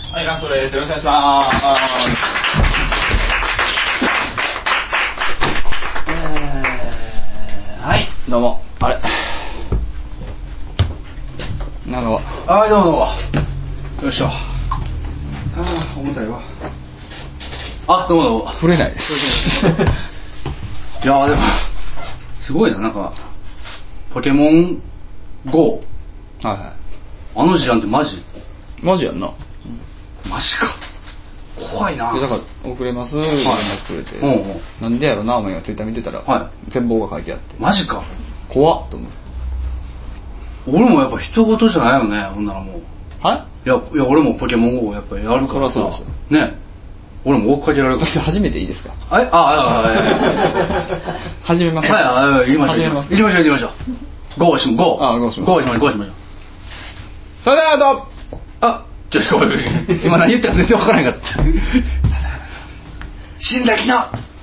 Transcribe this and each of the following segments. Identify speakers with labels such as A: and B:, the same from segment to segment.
A: はい、ラストです。よろしくお願いします。はい、どうも。あれ。なんか。
B: はい、どうも。よいしょ。重たいわ。どうもどうも。
A: 触れないです。
B: いやでもすごいな、なんかポケモン GO。
A: はいはい。
B: あの時間ってマジ
A: やんな。
B: マジか。怖いな。
A: だから遅れます連絡くれて、なんでやろな思いがツイッター見てたら、全貌が書いてあって、
B: マジか。
A: 怖っと思う。
B: 俺もやっぱ人事じゃないよね、ほんならもう。
A: はい。
B: いや俺もポケモン GO やっぱりやるからさ。
A: そうですよ
B: ね。俺も追っかけられるから。
A: 初めていいですか。
B: 始
A: めます。
B: はい、行きましょう。行きましょう。GO しましょう。
A: GOしましょう。それではどう。
B: ちょっと今何言ったか全然分からなかった。死んだ昨日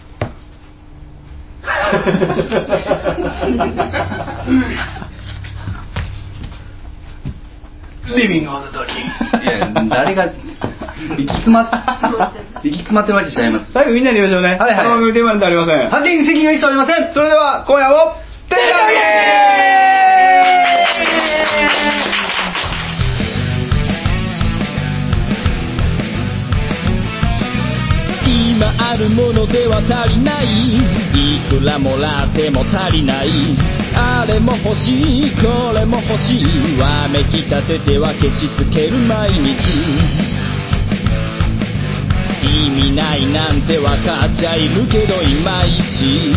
B: リビングオブザドキン。いや誰が息詰まってるわけじゃあります。
A: 最後みんなで言いましょうね。はい。この番組テーマなんてありません。
B: 発言責任は一切ありません。
A: それでは今夜もテレビ
C: 今あるものでは足りない、いくらもらっても足りない、あれも欲しいこれも欲しい、わめきたててはケチつける毎日、意味ないなんてわかっちゃいるけどいまいち、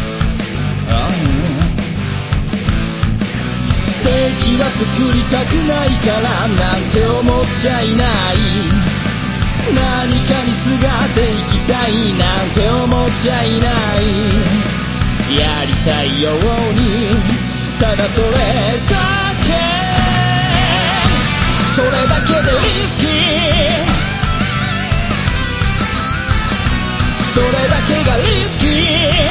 C: 敵は作りたくないからなんて思っちゃいない、何かにすがっていきたいなんて思っちゃいない、やりたいようにただそれだけでリスキー、それだけがリスキー、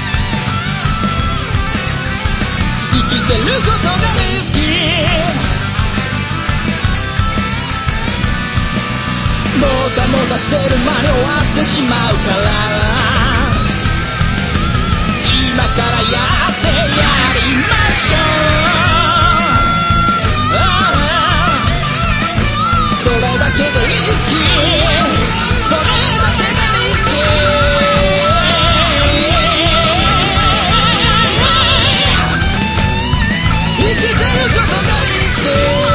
C: 生きてることがリスキー、もたもたしてる間に終わってしまうから、今からやってやりましょう、それだけでリスキー、それだけがリスキー、生きてることがリスキー。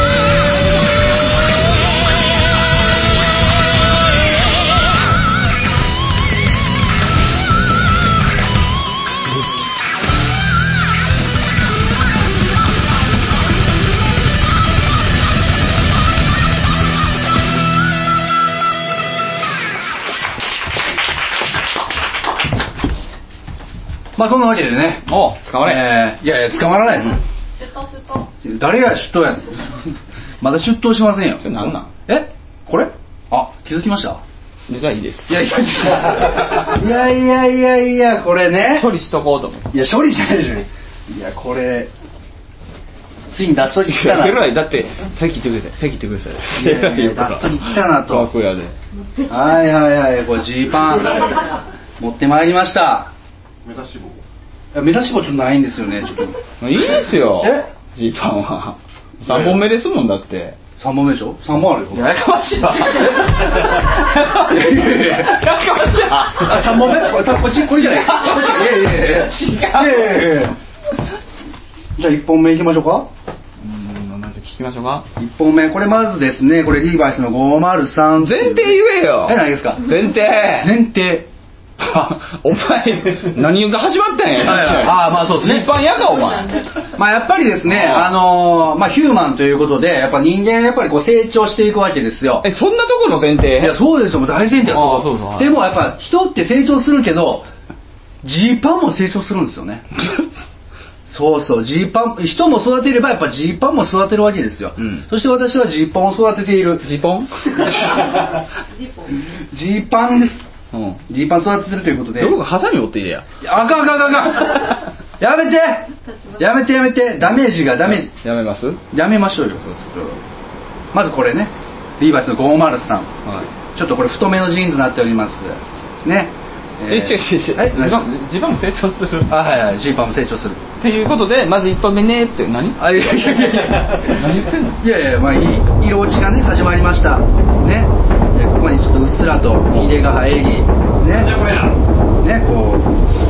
B: そんなわけでね。
A: 捕まれ。
B: いや捕まらないです。誰が出頭やねん。まだ出頭しませんよ。
A: それなんなん？
B: これ？気づきました？
A: 実はいいです。
B: いやこれね。
A: 処理しとこうと思って。
B: いや処理じゃないでしょ。いやこれついに出しとき来たな。
A: だって席行ってください。出しと
B: き来たなと。
A: 楽屋で。
B: はいこれジーパン持ってまいりました。目出し帽ちょっとないんですよね。ちょっと
A: いいですよ。ジーパンは3本目ですもん。だって
B: 3本目でしょ。3本あるよ。
A: やかましいわ。やかましいわ。
B: 3本目これじゃない。違う。じゃあ1本目いきましょうか。
A: まず聞きましょうか。
B: 1本目これまずですね、これリーバイスの503。
A: 前提言えよ。
B: 何ですか。
A: 前提。お前何が始まったんや。
B: そうですね。
A: ジーパンやかお前。
B: やっぱりですね、ヒューマンということでやっぱ人間やっぱりこう成長していくわけですよ。
A: そんなところの前提？
B: いやそうですよ、大前提はそう。でもやっぱ人って成長するけどジーパンも成長するんですよね。そうジーパン、人も育てればやっぱジーパンも育てるわけですよ。そして私はジーパンを育てている。
A: ジーパン
B: ジーパンです。ジーパン育ててるということで。
A: どこかハサミ持っていれや。
B: あかん。やめて。ダメージ。
A: やめます？
B: やめましょうよ。まずこれね。 リーバイスの503、ちょっとこれ太めのジーンズになっておりますね。
A: 違うジーパンも成長する。
B: はいはい、ジーパンも成長する
A: っていうことで、まず1本目ねって何？
B: あ、いやいやいや
A: 何言ってんの？
B: いやいや、まあ色落ちがね始まりましたね。でここにちょっとうっすらとひげが入りね、こう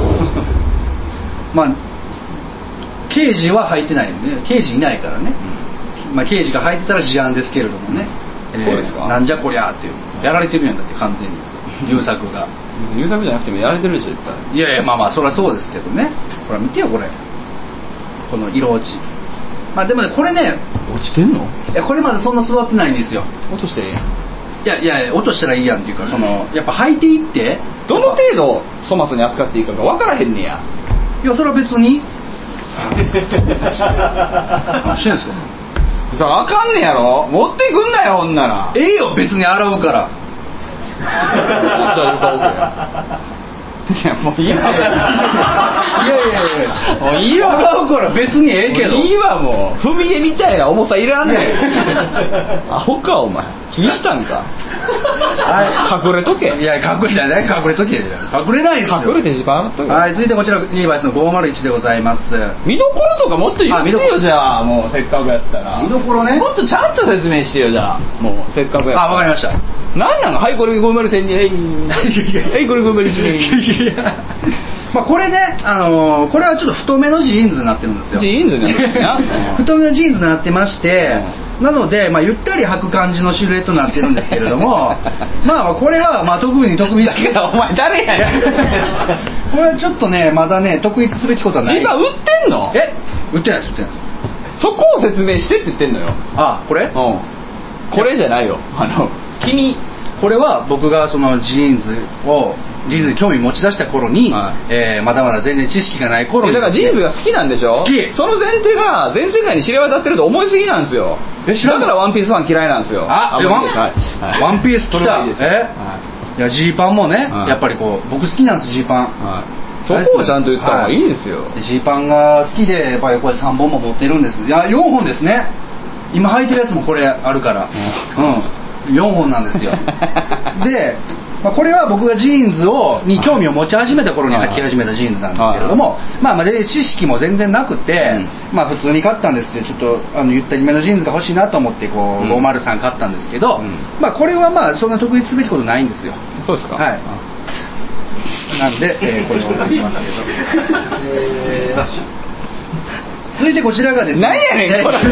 B: まあ刑事は入ってないよね。刑事いないからね。まあ刑事が入ってたら事案ですけれどもね。
A: そうですか。
B: なんじゃこりゃっていうやられてるんだって完全に優作が。
A: 優作じゃなくてもやられてるでしょいっぱい。
B: いやいや、まあまあそりゃそうですけどね。ほら見てよこれ、この色落ち。まあでもねこれね、
A: 落ちてんの？
B: これまでそんな育ってないんですよ。
A: 落としていいやん。
B: いや落としたらいいやんっていうか、そのやっぱ履いていって
A: どの程度粗末に扱っていいかが分からへんねや。
B: いやそれは別に何してんすか。
A: だからあかんねやろ。持ってくんなよほんなら。
B: ええよ別に洗うから。
A: じゃあ床置けや。いやもういいわ。
B: いや
A: もういいわ。
B: 洗うから別にええけど。
A: いいわもう。踏み絵みたいな重さいらんねん。アホかお前。気にしたんか。隠れとけ。
B: いや隠れない隠れとけ。隠れないですよ。
A: 隠れてジーパン洗っとけ。
B: はい、続いてこちらリーバイスの501でございます。
A: 見どころとかもっと言ってよじゃあ。もうせっかくやったら。
B: 見どころね。
A: もっとちゃんと説明してよじゃあ。もうせっかくやったら。
B: わかりました。
A: なんなんはいこれ501にはいこれ501に
B: まあこれね、これはちょっと太めのジーンズになってるんですよ。
A: ジーンズになってるな。
B: 太めのジーンズになってまして、なので、まあ、ゆったり履く感じのシルエットになってるんですけれどもまあこれはまあ特に特別
A: だけどお前誰やねん
B: これはちょっとねまだね特筆すべきことはない。
A: ジーパン売ってんの？
B: 売ってないです売ってない。
A: そこを説明してって言ってんのよ。
B: あ、これ？
A: これじゃないよ。君
B: これは僕がそのジーンズに興味持ち出した頃に、まだまだ全然知識がない頃に、
A: だからジーンズが好きなんでしょ。
B: 好き。
A: その前提が全世界に知れ渡ってると思いすぎなんですよ。だからワンピースファン嫌いなんですよ。
B: ワンピース来た。いやジーパンもね、やっぱりこう僕好きなんですジーパン。
A: そこをちゃんと言った方がいいですよ。
B: ジーパンが好きでやっぱりこれ3本も持ってるんです。いや4本ですね。今履いてるやつもこれあるから、4本なんですよ。で、まあ、これは僕がジーンズに興味を持ち始めた頃に履き始めたジーンズなんですけれども、まあ全然知識も全然なくて、まあ普通に買ったんですよ。ちょっとゆったりめのジーンズが欲しいなと思ってこう503買ったんですけど、まあこれはまあそんな特別すべきことないんですよ。
A: そうですか。
B: はい。なんで、これを置いてますけど。続いてこちらがですね。
A: 何やねんこれ。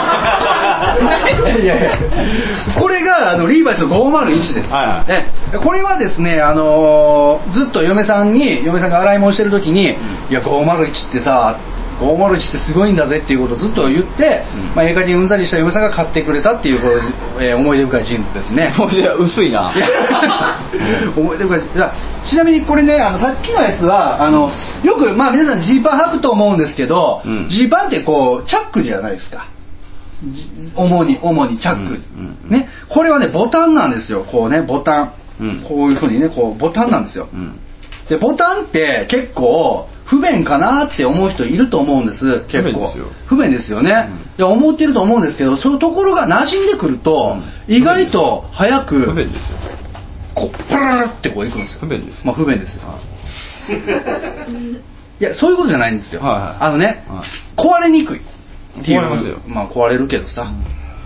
B: これがリーバイスの501です。これはですね、ずっと嫁さんが洗い物してる時に、いや501ってさ。501ってすごいんだぜっていうことをずっと言って、まあ、ええ加減うんざりした嫁さんが買ってくれたっていうこう、思い出深いジーンズですね。
A: 薄いな。
B: 思い出深い。ちなみにこれね、さっきのやつはよくまあ皆さんジーパン履くと思うんですけど、ジーパンってこうチャックじゃないですか。主にチャック、ね。これはねボタンなんですよ。こうねボタン、こういう風にねこうボタンなんですよ。でボタンって結構不便かなって思う人いると思うんです。結構不便ですよね。いや思ってると思うんですけど、そういうところが馴染んでくると、意外と早く
A: 不便ですよ。
B: こうパララってこういくんですよ。
A: 不便です。
B: まあ不便ですよ。いやそういうことじゃないんですよ。壊れにくいっていう。まあ壊れるけどさ。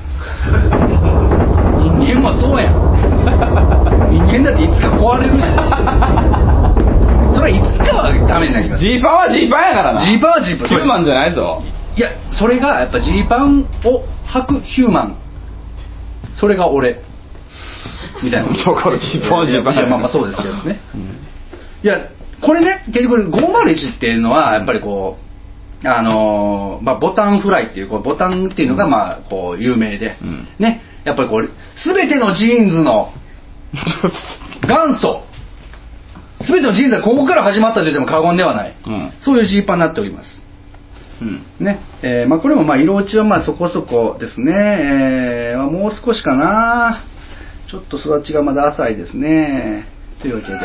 B: 人間もそうやん。人間だっていつか壊れるやん。それはいつかはダメになります。
A: ジーパンはジーパンやからな。
B: ジーパンはジーパン。
A: ヒューマンじゃないぞ。
B: いやそれがやっぱジーパンを履くヒューマン、それが俺みたいな。
A: だからジーパンはジーパンや。
B: まあそうですけどね。いやこれね結局501っていうのはやっぱりこうまあ、ボタンフライっていうボタンっていうのがまあこう有名で、ね、やっぱりこう全てのジーンズの元祖、全てのジーンズはここから始まったと言っても過言ではない、そういうジーパンになっております、ね。まあ、これもまあ色落ちはまあそこそこですね、もう少しかな、ちょっと育ちがまだ浅いですね。というわけで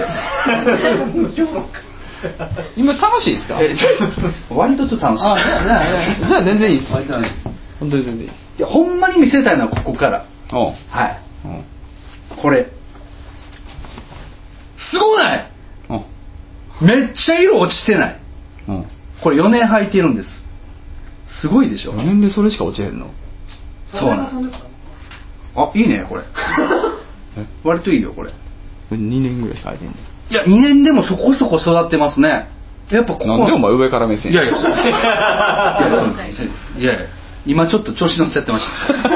A: 今楽しいですか？
B: 割とちょっと楽しい。
A: じゃあ全然いいです。本当に全然いいです。
B: いやほんまに見せたいのはここから。はい。 これすごない？めっちゃ色落ちてない。これ4年履いてるんです。すごいでしょ。
A: 4年でそれしか落ちへんの？
B: そうなんです。あ、いいねこれ割といいよこれ。
A: 2年ぐらいしか履いてんね。
B: いや2年でもそこそこ育ってますね。やっぱここ
A: なんでお前上から目線？
B: いや今ちょっと調子乗っちゃってました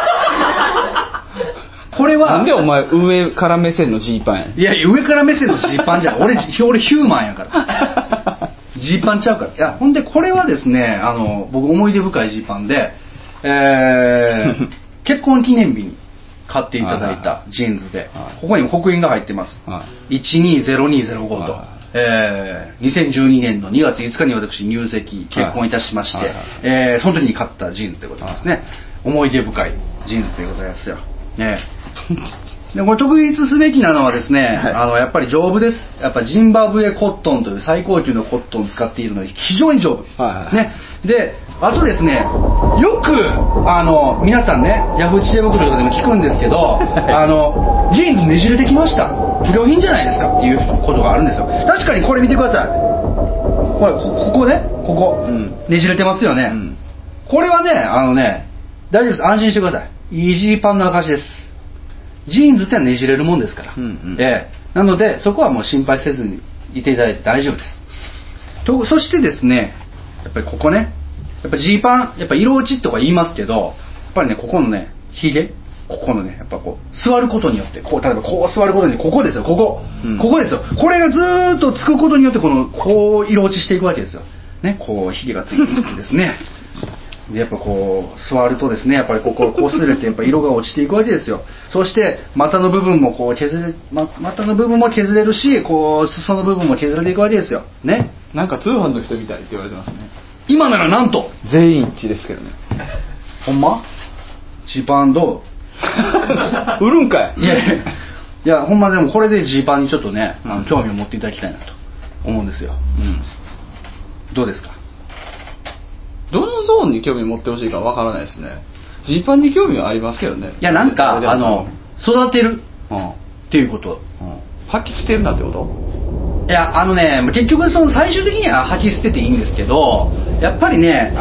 B: これは
A: なんでお前上から目線のジーパンや？
B: いや上から目線のジーパンじゃん俺ヒューマンやからジーパンちゃうから。いやほんでこれはですね僕思い出深いジーパンで、結婚記念日に買っていただいたジーンズで、ここにも刻印が入ってます、120205と、2012年の2月5日に私入籍結婚いたしまして、その時に買ったジーンズでございますね。思い出深いジーンズでございますよね。でこれ特筆すべきなのはですね、やっぱり丈夫です。やっぱジンバブエコットンという最高級のコットンを使っているので非常に丈夫、ね。であとですね、よく皆さんねヤフー知恵袋とかでも聞くんですけどジーンズねじれてきました、不良品じゃないですかっていうことがあるんですよ。確かにこれ見てください。これここね、ここ、ねじれてますよね、これはね大丈夫です。安心してください。イージーパンの証です。ジーンズってのはねじれるもんですから、なのでそこはもう心配せずにいていただいて大丈夫です。そしてですね、やっぱりここね、やっぱジーパンやっぱ色落ちとか言いますけど、やっぱりねここのねヒゲ、ここのねやっぱこう座ることによって、こう例えばこう座ることによって、ここですよ、ここですよ。これがずーっとつくことによってこう色落ちしていくわけですよね。こうヒゲがついていってですねでやっぱこう座るとですね、やっぱりこうすれてやっぱ色が落ちていくわけですよ。そして股の部分もこう股の部分も削れるし、こう裾の部分も削れていくわけですよね。
A: なんか通販の人みたいって言われてますね。
B: 今ならなんと
A: 全員一致ですけどね。
B: ほんま？ジーパンどう？
A: 売るんかい。
B: いやほんまでもこれでジーパンにちょっとね興味を持っていただきたいなと思うんですよ、どうですか？
A: どのゾーンに興味持ってほしいかわからないですね。ジーパンに興味はありますけどね。
B: いやなんか育てるっていうこと、
A: 吐き捨てるなってこと？
B: いや結局その最終的には吐き捨てていいんですけど、やっぱりね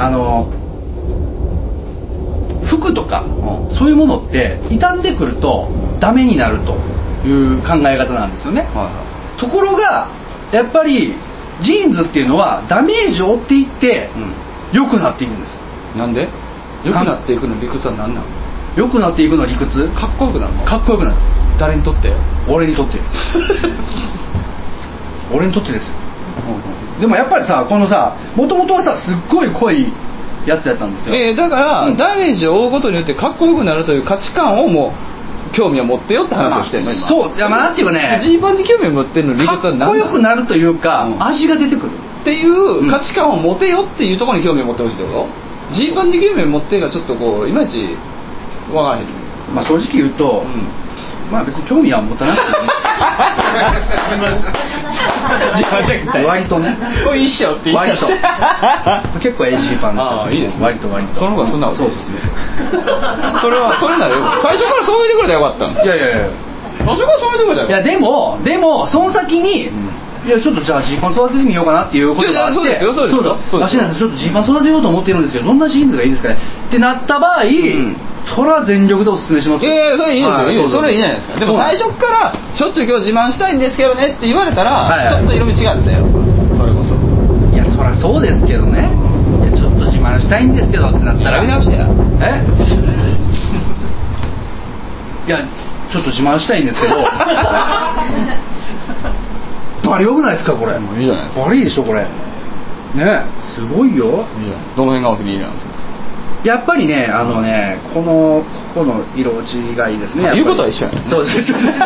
B: 服とか、そういうものって傷んでくるとダメになるという考え方なんですよね、ところがやっぱりジーンズっていうのはダメージを負っていって、良くなっていくんです。
A: なんで？良くなっていくの理屈は何なの？
B: 良くなっていくの理屈？
A: かっこよくなるの？
B: かっこよくなる。
A: 誰にとって？
B: 俺にとって俺にとってですよ。でもやっぱりさ、このさ、もともとはさ、すっごい濃いやつやったんですよ。
A: だから、ダメージを負うことによってかっこよくなるという価値観をもう興味を持ってよって話をしてるの、今。
B: そう、いやなんていうかね、
A: ジーパンに興味を持ってるの理屈は何なの？
B: かっこよくなるというか、味が出てくる
A: っていう価値観を持てよっていうところに興味を持ってほしいってこと？ジーパンに興味を持ってがちょっとこういまいちわからへん。
B: 正直言うと、別に興味は持たなくていい割とね、
A: 一緒って言って
B: 結構エイジーパンですよ。
A: いいですね。
B: 割と
A: その方が素直。
B: そうですね。
A: それならよ最初からそういうところでよかったんです。
B: いや
A: 最初からそういうところで。
B: いやでもその先に、いやちょっとじゃあジーパン育ててみようかなっていうことがあって、
A: そうですよ。
B: 私なんかちょっとジーパン育てようと思ってるんですけど、どんなジーンズがいいですかねってなった場合、それは全力でお勧めしますよ。
A: それいいですよ。それいいじゃないですか。でも最初からちょっと今日自慢したいんですけどねって言われたら、ちょっと色味違ったよ。それこそ。
B: いやそりゃそうですけどね。いやちょっと自慢したいんですけどってなったら。
A: やり直してや。
B: いやちょっと自慢したいんですけど。バリ良くないですかこれ？
A: いいじゃないですか。
B: バリいいでしょこれ。ね、すごいよ。
A: いいじゃん。どの辺がお気に入りなんですか？
B: やっぱりね、ここの色落ちがいいですね。
A: 言うことは一緒やね。
B: そうです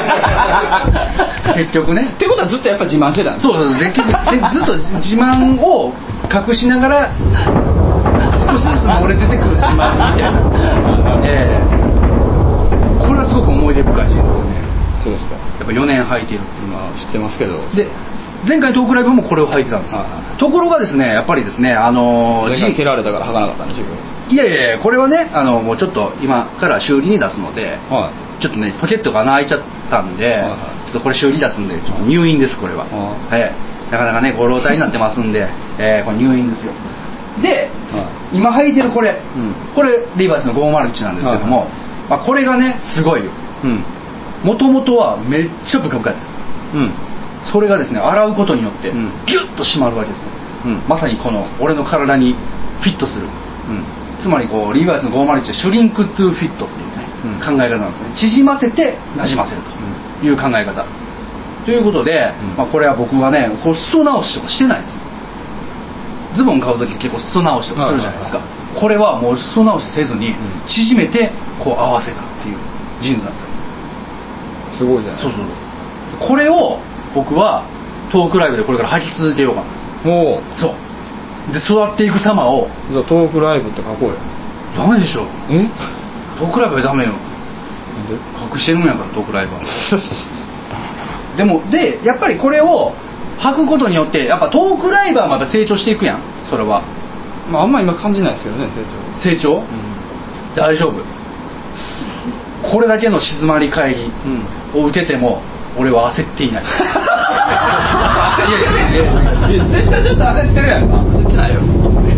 B: 結局ね。
A: ってことはずっとやっぱ自慢してたんです。
B: そう結局ずっと自慢を隠しながら少しずつ漏れ出てくる自慢みたいな。これはすごく思い出深いシーンですね。
A: そうですか。
B: やっぱ4年履いてる。
A: 知ってますけど。
B: で前回トークライブもこれを履いてたんです。ところがですね、やっぱりですね、
A: 前回蹴られたから履かなかったんですよ。
B: いやこれはねもうちょっと今から修理に出すので、 ちょっとねポケットが穴開いちゃったんで、ちょっとこれ修理出すんでちょっと入院です。これは、なかなかねご老体になってますんで、これ入院ですよ。で、今履いてるこれ、これリーバイスの501なんですけども、これがねすごいよ。もともとはめっちゃブカブカやった、それがですね洗うことによってギュッと締まるわけですね、まさにこの俺の体にフィットする、つまりこうリーバイスの501はシュリンクトゥフィットっていうね、考え方なんですね。縮ませてなじませるという考え方、ということで、これは僕はねこう裾直しとかしてないんですよ。ズボン買う時結構裾直しとかするじゃないですか、これはもう裾直しせずに縮めてこう合わせたっていうジーンズなんですよ。
A: すごいじゃない。
B: そうこれを僕はトークライブでこれから履き続けようかな。そうで育っていく様を。
A: じゃあトークライブって書こうよ。
B: ダメでしょ。トークライブはダメよ。なんで？隠してるんやからトークライブはでやっぱりこれを履くことによってやっぱトークライバーもやっぱ成長していくやん。それは
A: あんま今感じないですけどね
B: 成長、大丈夫。これだけの静まり会議を受けても俺は焦っていない。
A: いや絶対ちょっと焦ってるやんか。
B: 焦ってないよ。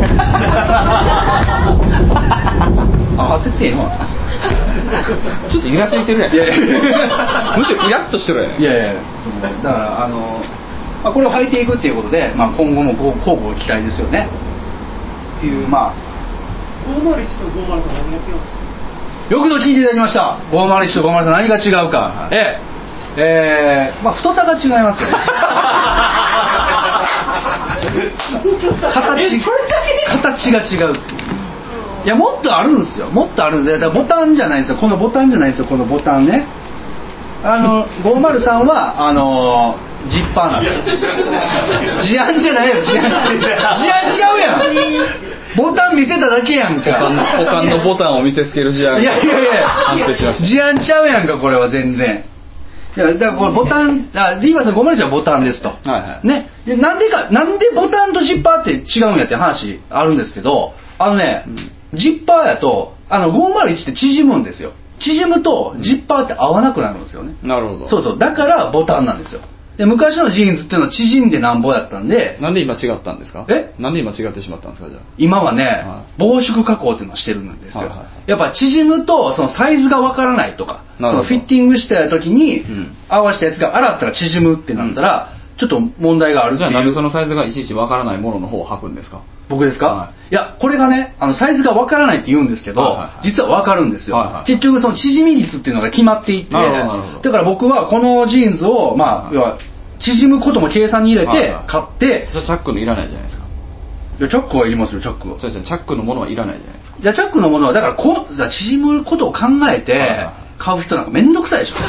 B: 焦ってんの。
A: ちょっとイラついてるやん。むしろイラッとしてるやん。
B: いやだからこれを履いていくっていうことで、今後も交互期待ですよねっていう。501と503何が違うんですか。よくぞ聞いていただきました。501と503何が違うか。太さが違いますよね。形が違う。いやもっとあるんですよ。もっとあるんで、だからボタンじゃないですよ。このボタンじゃないですよ。このボタンね。503はジッパーなんですよ。事案じゃないよ。事案ちゃうやん。ボタン見せただけやんか。
A: 他のボタンを見せつける事案。
B: いや判定しました。事案ちゃうやんか。これは全然。いやだからこれボタンリーバーさん501はボタンですと、ね。なんでボタンとジッパーって違うんやって話あるんですけど、ジッパーやと501って縮むんですよ。縮むとジッパーって合わなくなるんですよね。
A: なるほど。
B: そうだからボタンなんですよ。で昔のジーンズっていうのは縮んでなんぼやったんで。
A: なんで今違ったんですか。なんで今違ってしまったんですか。じゃあ
B: 今はね、防縮加工っていうのをしてるんですよ、やっぱ縮むとそのサイズがわからないとか、そのフィッティングした時に合わせたやつが洗ったら縮むってなったらちょっと問題があるっていう。
A: じゃあなんでそのサイズがいちいちわからないものの方を履くんですか。
B: 僕ですか、いやこれがねサイズがわからないって言うんですけど、実はわかるんですよ、結局その縮み率っていうのが決まっていって、だから僕はこのジーンズを要は縮むことも計算に入れて買って。
A: じゃあチャックのいらないじゃないですか。
B: いやチャックはいりますよ。チャックは
A: チャックのものはいらないじゃないですか。
B: じゃあチャックのものはだから縮むことを考えて買う人なんかめんどくさいでしょ。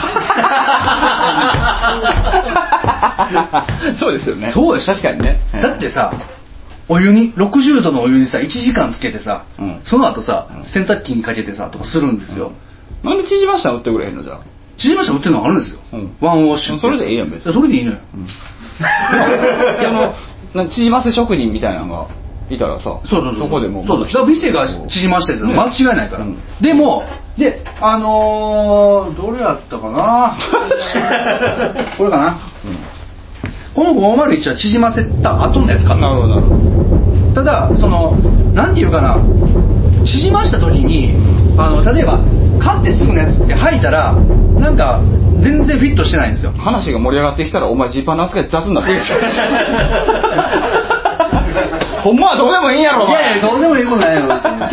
A: そうですよね。
B: そうです。
A: 確かにね。
B: だってさ60度のお湯にさ1時間つけてさ、その後さ洗濯機にかけてさとかするんですよ。
A: なんで縮ましたら売ってくれへんの。じゃあ
B: 縮ましたら売ってるのがあるんですよ、ワンウォッシュ。
A: それでいいやん別に。
B: それでいいのよ、
A: 縮ませ職人みたいなのがいたらさ、そこでもうだ
B: から店が縮ましてるの間違いないから、でもどれやったかなこれかな、この501は縮ませた後のやつか。
A: なるほど。
B: ただなんていうかな、縮ました時に例えば買ってすぐのやつって履いたらなんか全然フィットしてないんですよ。
A: 話が盛り上がってきたらお前ジーパンの扱い雑になってる。ほんまはどうでもいいんやろ。
B: いやどうでもいいことないやろ。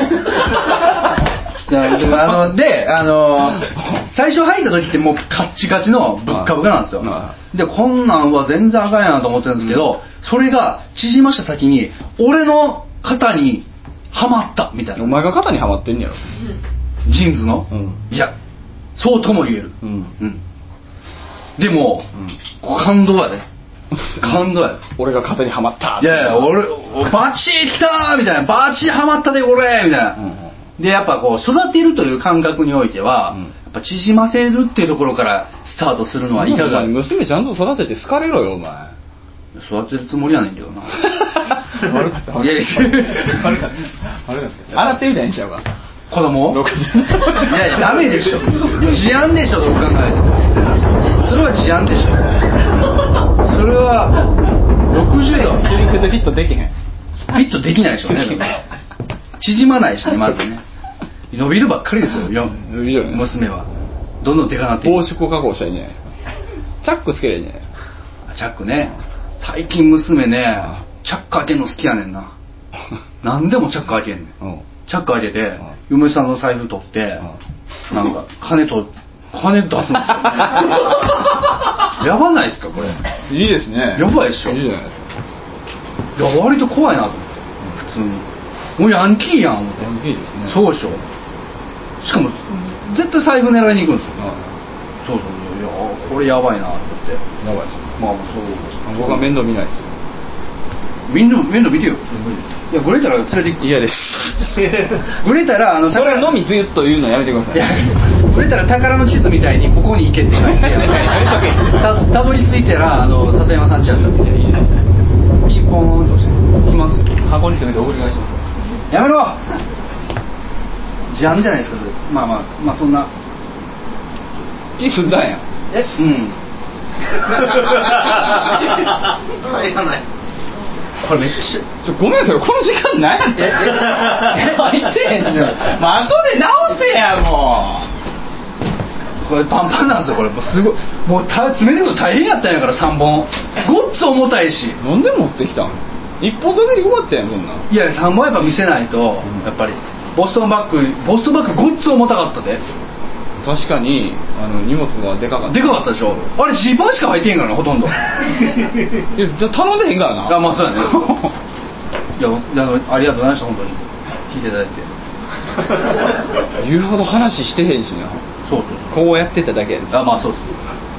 B: 最初履いた時ってもうカッチカチのぶっかぶかなんですよ。でこんなんは全然あかんやなと思ってるんですけど、それが縮ました先に俺の肩にはまったみたいな。
A: お前が肩にはまってんやろ
B: ジーンズの、いやそうとも言える、でも、感動やで。感動や。
A: 俺が肩にはまった。
B: いや俺バチーきたーみたいな、バチーはまったで俺みたいな、でやっぱこう育てるという感覚においては、やっぱ縮ませるっていうところからスタートするのはいかが。
A: 娘ちゃんと育てて好かれろよお前。
B: 育てるつもりやねんけどな。
A: 悪かった。洗ってみたいんちゃうか。
B: 子供
A: 60
B: いやいやダメでしょ、事案でしょ、どう考えてもそれは事案でしょ、それは60度
A: シルクでフィットできへん、
B: フィットできないでしょうね縮まないしね、まずね伸びるばっかりですよ、
A: 伸びるじゃないですか、
B: 娘はどんどんでかなっていく。
A: 防縮加工したらいいんじゃないですか、チャックつけりゃいいんじゃないですか。
B: チャックね、最近娘ねチャック開けるの好きやねんな何でもチャック開けんねん、
A: うん、
B: チャック開けて嫁さんの財布取ってなんか金出すんですよやばないですかこれ。
A: いいですね、
B: やばいでしょ。
A: いいじゃないですか。
B: いや割と怖いなと思って、普通にもうヤンキーやん思って。
A: ヤンキーですね。
B: そうでしょ。しかも絶対財布狙いに行くんですよ、そうそうそう、いやこれやばいなと思って。
A: やばいです。
B: まあそう
A: 僕は面倒見ないですよ。
B: 面倒見てよ。
A: 無理です。
B: いやグレたら連れて行く。
A: 嫌です
B: グレたら
A: それのみずっと言うのやめてください。
B: いやグレたら宝の地図みたいにここに行けって書いてたどり着いたら笹山さんちやったみたいにピンポーンとして来ますよ。
A: 箱に詰めてお願いします。
B: やめろ事案じゃないですか。まあそんな
A: 気済んだんや。
B: うん入らない。これめっちゃ
A: ごめんけどこの時間ないやって入ってへんし、まあ後で直せやも
B: うこれパンパンなんですよ。これもうすごいもう詰めるの大変やったんやから3本ごっつ重たいし。
A: なんで持ってきたん1本だけでよかったやんそんなん。
B: いや3本やっぱ見せないと、やっぱりボストンバッグごっつ重たかったで。
A: 確かに荷物がでかかった。
B: でかかったでしょ。あれジーパンしか入ってへんからねほとんど。いや
A: じゃあ頼んでへんからな。
B: まあそうやねいやありがとうございました本当に聞いていただいて。
A: 言うほど話してへんしな。
B: そう
A: こうやってただけやで。
B: まあそうです。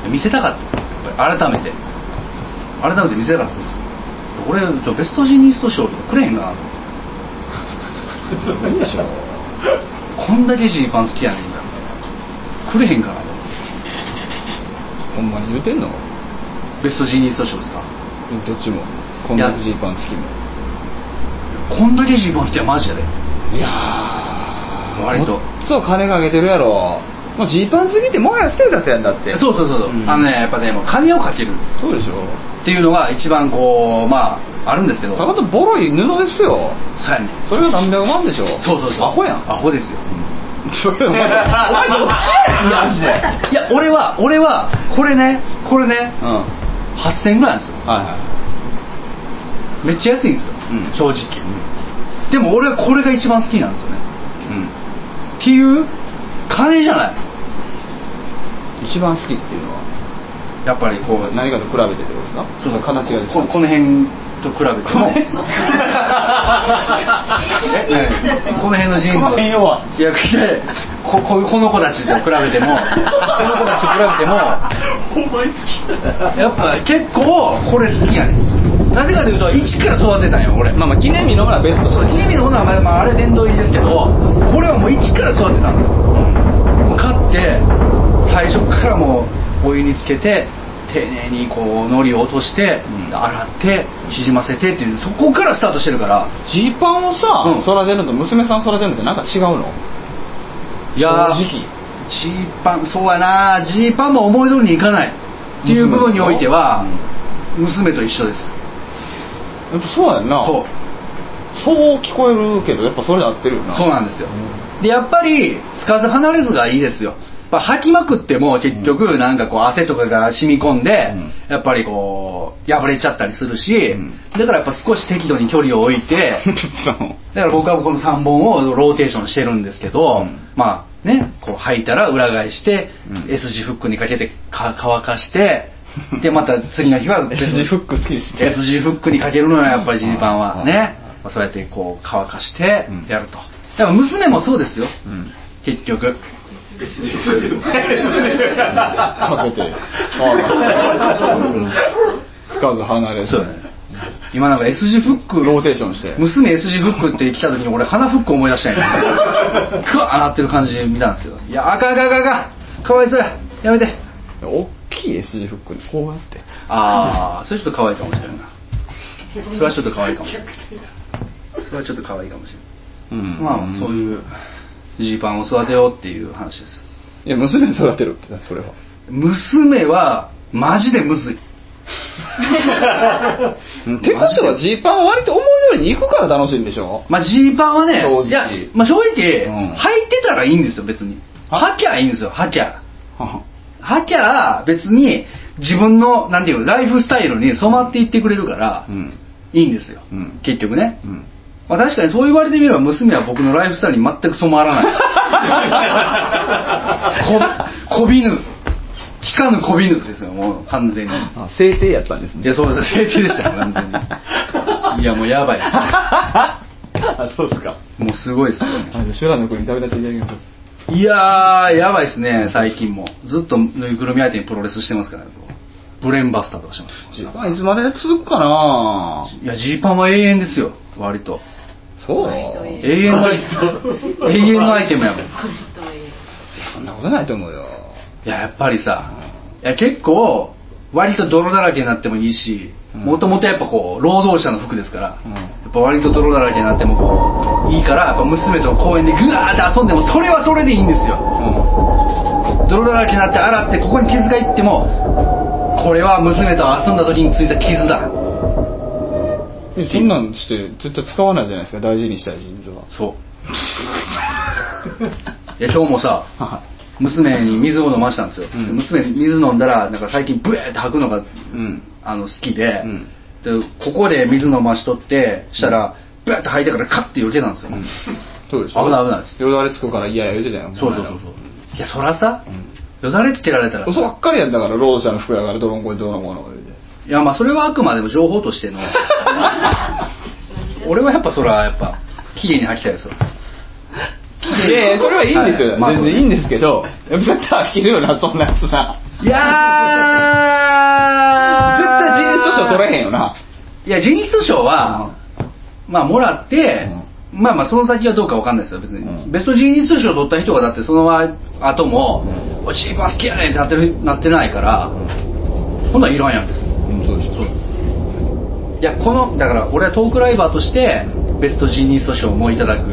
B: 見せたかったやっぱり改めて見せたかったです。俺ベストジーニスト賞とかくれへんかなと思って。
A: いいでしょ
B: こんだけジーパン好きやねんからくれへんかなと。
A: ほんまに言うてんの。
B: ベストジーニスト賞ですか。
A: どっちも。こんだけジーパン好きも。
B: こんだけジーパン好きはマジやで。
A: いや
B: 割と
A: そう金かけてるやろ。もうジーパンすぎてもはやステータスやんだって。
B: そう、うん、やっぱねもう金をかける
A: そうでしょ
B: っていうのが一番こうあるんですけど。
A: ただとボロい布ですよ。
B: そうやね。
A: それが何百万でしょ。
B: そう
A: アホやん。
B: アホですよ。
A: お前どっちやねんマジで。
B: いや俺はこれね、8000円ぐらいなんですよ。めっちゃ安いんですよ、正直、でも俺はこれが一番好きなんですよね、っていう金じゃない。一番好きっていうのはやっぱりこう
A: 何かと比べてってことですか。そう形がですか。
B: この辺と比べてもこの辺のジーンズいやこの子たちと比べてもやっぱ結構これ好きやねん。なぜかというと一から育てたんよ俺。
A: 記念日のものはベスト。
B: そう記念日のものはあれ殿堂入りですけど、これはもう一から育てたんですよ。買って最初からもうお湯につけて丁寧にこう海苔を落として、洗って縮ませてっていう、そこからスタートしてるから。
A: ジーパンをさ、育てるのと娘さん育てるのってなんか違うの。
B: いや正直ジーパンそうやな。ジーパンも思い通りにいかないっていう部分においては娘と一緒です。
A: やっぱそうやんな。そう聞こえるけどやっぱそれで合ってるよな。
B: そうなんですよ、でやっぱりつかず離れずがいいですよ。やっぱ履きまくっても結局なんかこう汗とかが染み込んで、やっぱりこう破れちゃったりするし、だからやっぱ少し適度に距離を置いてだから僕はこの3本をローテーションしてるんですけど、こう履いたら裏返して、S 字フックにかけて乾かしてでまた次の日は
A: S 字フック好きですね。
B: S 字フックにかけるのよやっぱりジーパンはね、そうやってこう乾かしてやると。だから娘もそうですよ、結局かけて乾かしてつかず離れず。そうね。今なんか S 字フック
A: ローテーションして
B: 娘 S 字フックって来た時に俺鼻フック思い出したんやクワーなってる感じ見たんですけど、いやあかんかわいそうやめて。
A: 大きい S 字フックにこうやって、
B: それちょっと可愛いかもしれないな。それはちょっと可愛いかもしれない。そういう
A: そういう
B: ジーパンを育てようっていう話です。
A: いや娘育てるってそれは。
B: 娘はマジでむずい。
A: ってことはジーパンは割と思うようにいくから楽しいんでしょ。
B: まあジーパンはね、
A: 正直
B: いや、まあ、正直、履いてたらいいんですよ別に。履きゃいいんですよ、履きゃ別に自分のなんていうライフスタイルに染まっていってくれるから、いいんですよ、結局ね、まあ、確かにそう言われてみれば娘は僕のライフスタイルに全く染まらないこびぬ聞かぬこびぬですよ、もう完全に。
A: 聖帝やったんですね。
B: いや、そうです、聖帝でしたよ完全に。いやもうやばいですね。
A: あ、そうですか。
B: もうすごいですよね。
A: 修羅の国に食べたっていただきます。
B: いやーやばいですね、最近もずっとぬいぐるみ相手にプロレスしてますからね。ブレーンバスターとかします。
A: ジーパンいつまで続くかな。
B: いやジーパンは永遠ですよ割と。
A: そう
B: 永遠のアイテムやもん。
A: そんなことないと思うよ。
B: いややっぱりさ、いや結構割と泥だらけになってもいいし、もともとやっぱこう労働者の服ですから、やっぱ割と泥だらけになってもこういいから、やっぱ娘と公園でグワーって遊んでもそれはそれでいいんですよ、泥だらけになって洗ってここに傷がいってもこれは娘と遊んだ時についた傷だ。
A: そんなんして絶対使わないじゃないですか、大事にしたいジーンズは。
B: そういや今日もさ娘に水を飲ましたんですよ、娘水飲んだらなんか最近ブエーって吐くのが、好きで、でここで水飲ましとってしたら、ブエーって吐いてからカッて避けたんですよ、
A: そうでしょ。
B: 危ない危ないです。
A: よだれつくから嫌や言うてたよ。
B: そういやそらさ、よだれつけられたらさ、
A: 嘘ばっかりやんだから、労働者の服やからどの子にどの子の言うて。
B: いやまあそれはあくまでも情報としての俺はやっぱそれはやっぱ綺麗に履きたいよそれ。
A: いやいやそれはいいんですよ、全然いいんですけど、やっぱ絶対飽きるよなそんなやつな。
B: いやー
A: 絶対人力訴訟取れへんよな。
B: いや人力訴訟は、まあもらって、まあその先はどうかわかんないですよ別に、ベスト人力訴訟を取った人がだってその後も「ジーパン好きやねん」ってなってないから、ほんならいらんやんです。
A: そうでしょ。
B: いやこのだから俺はトークライバーとしてベスト人力訴訟もいただく。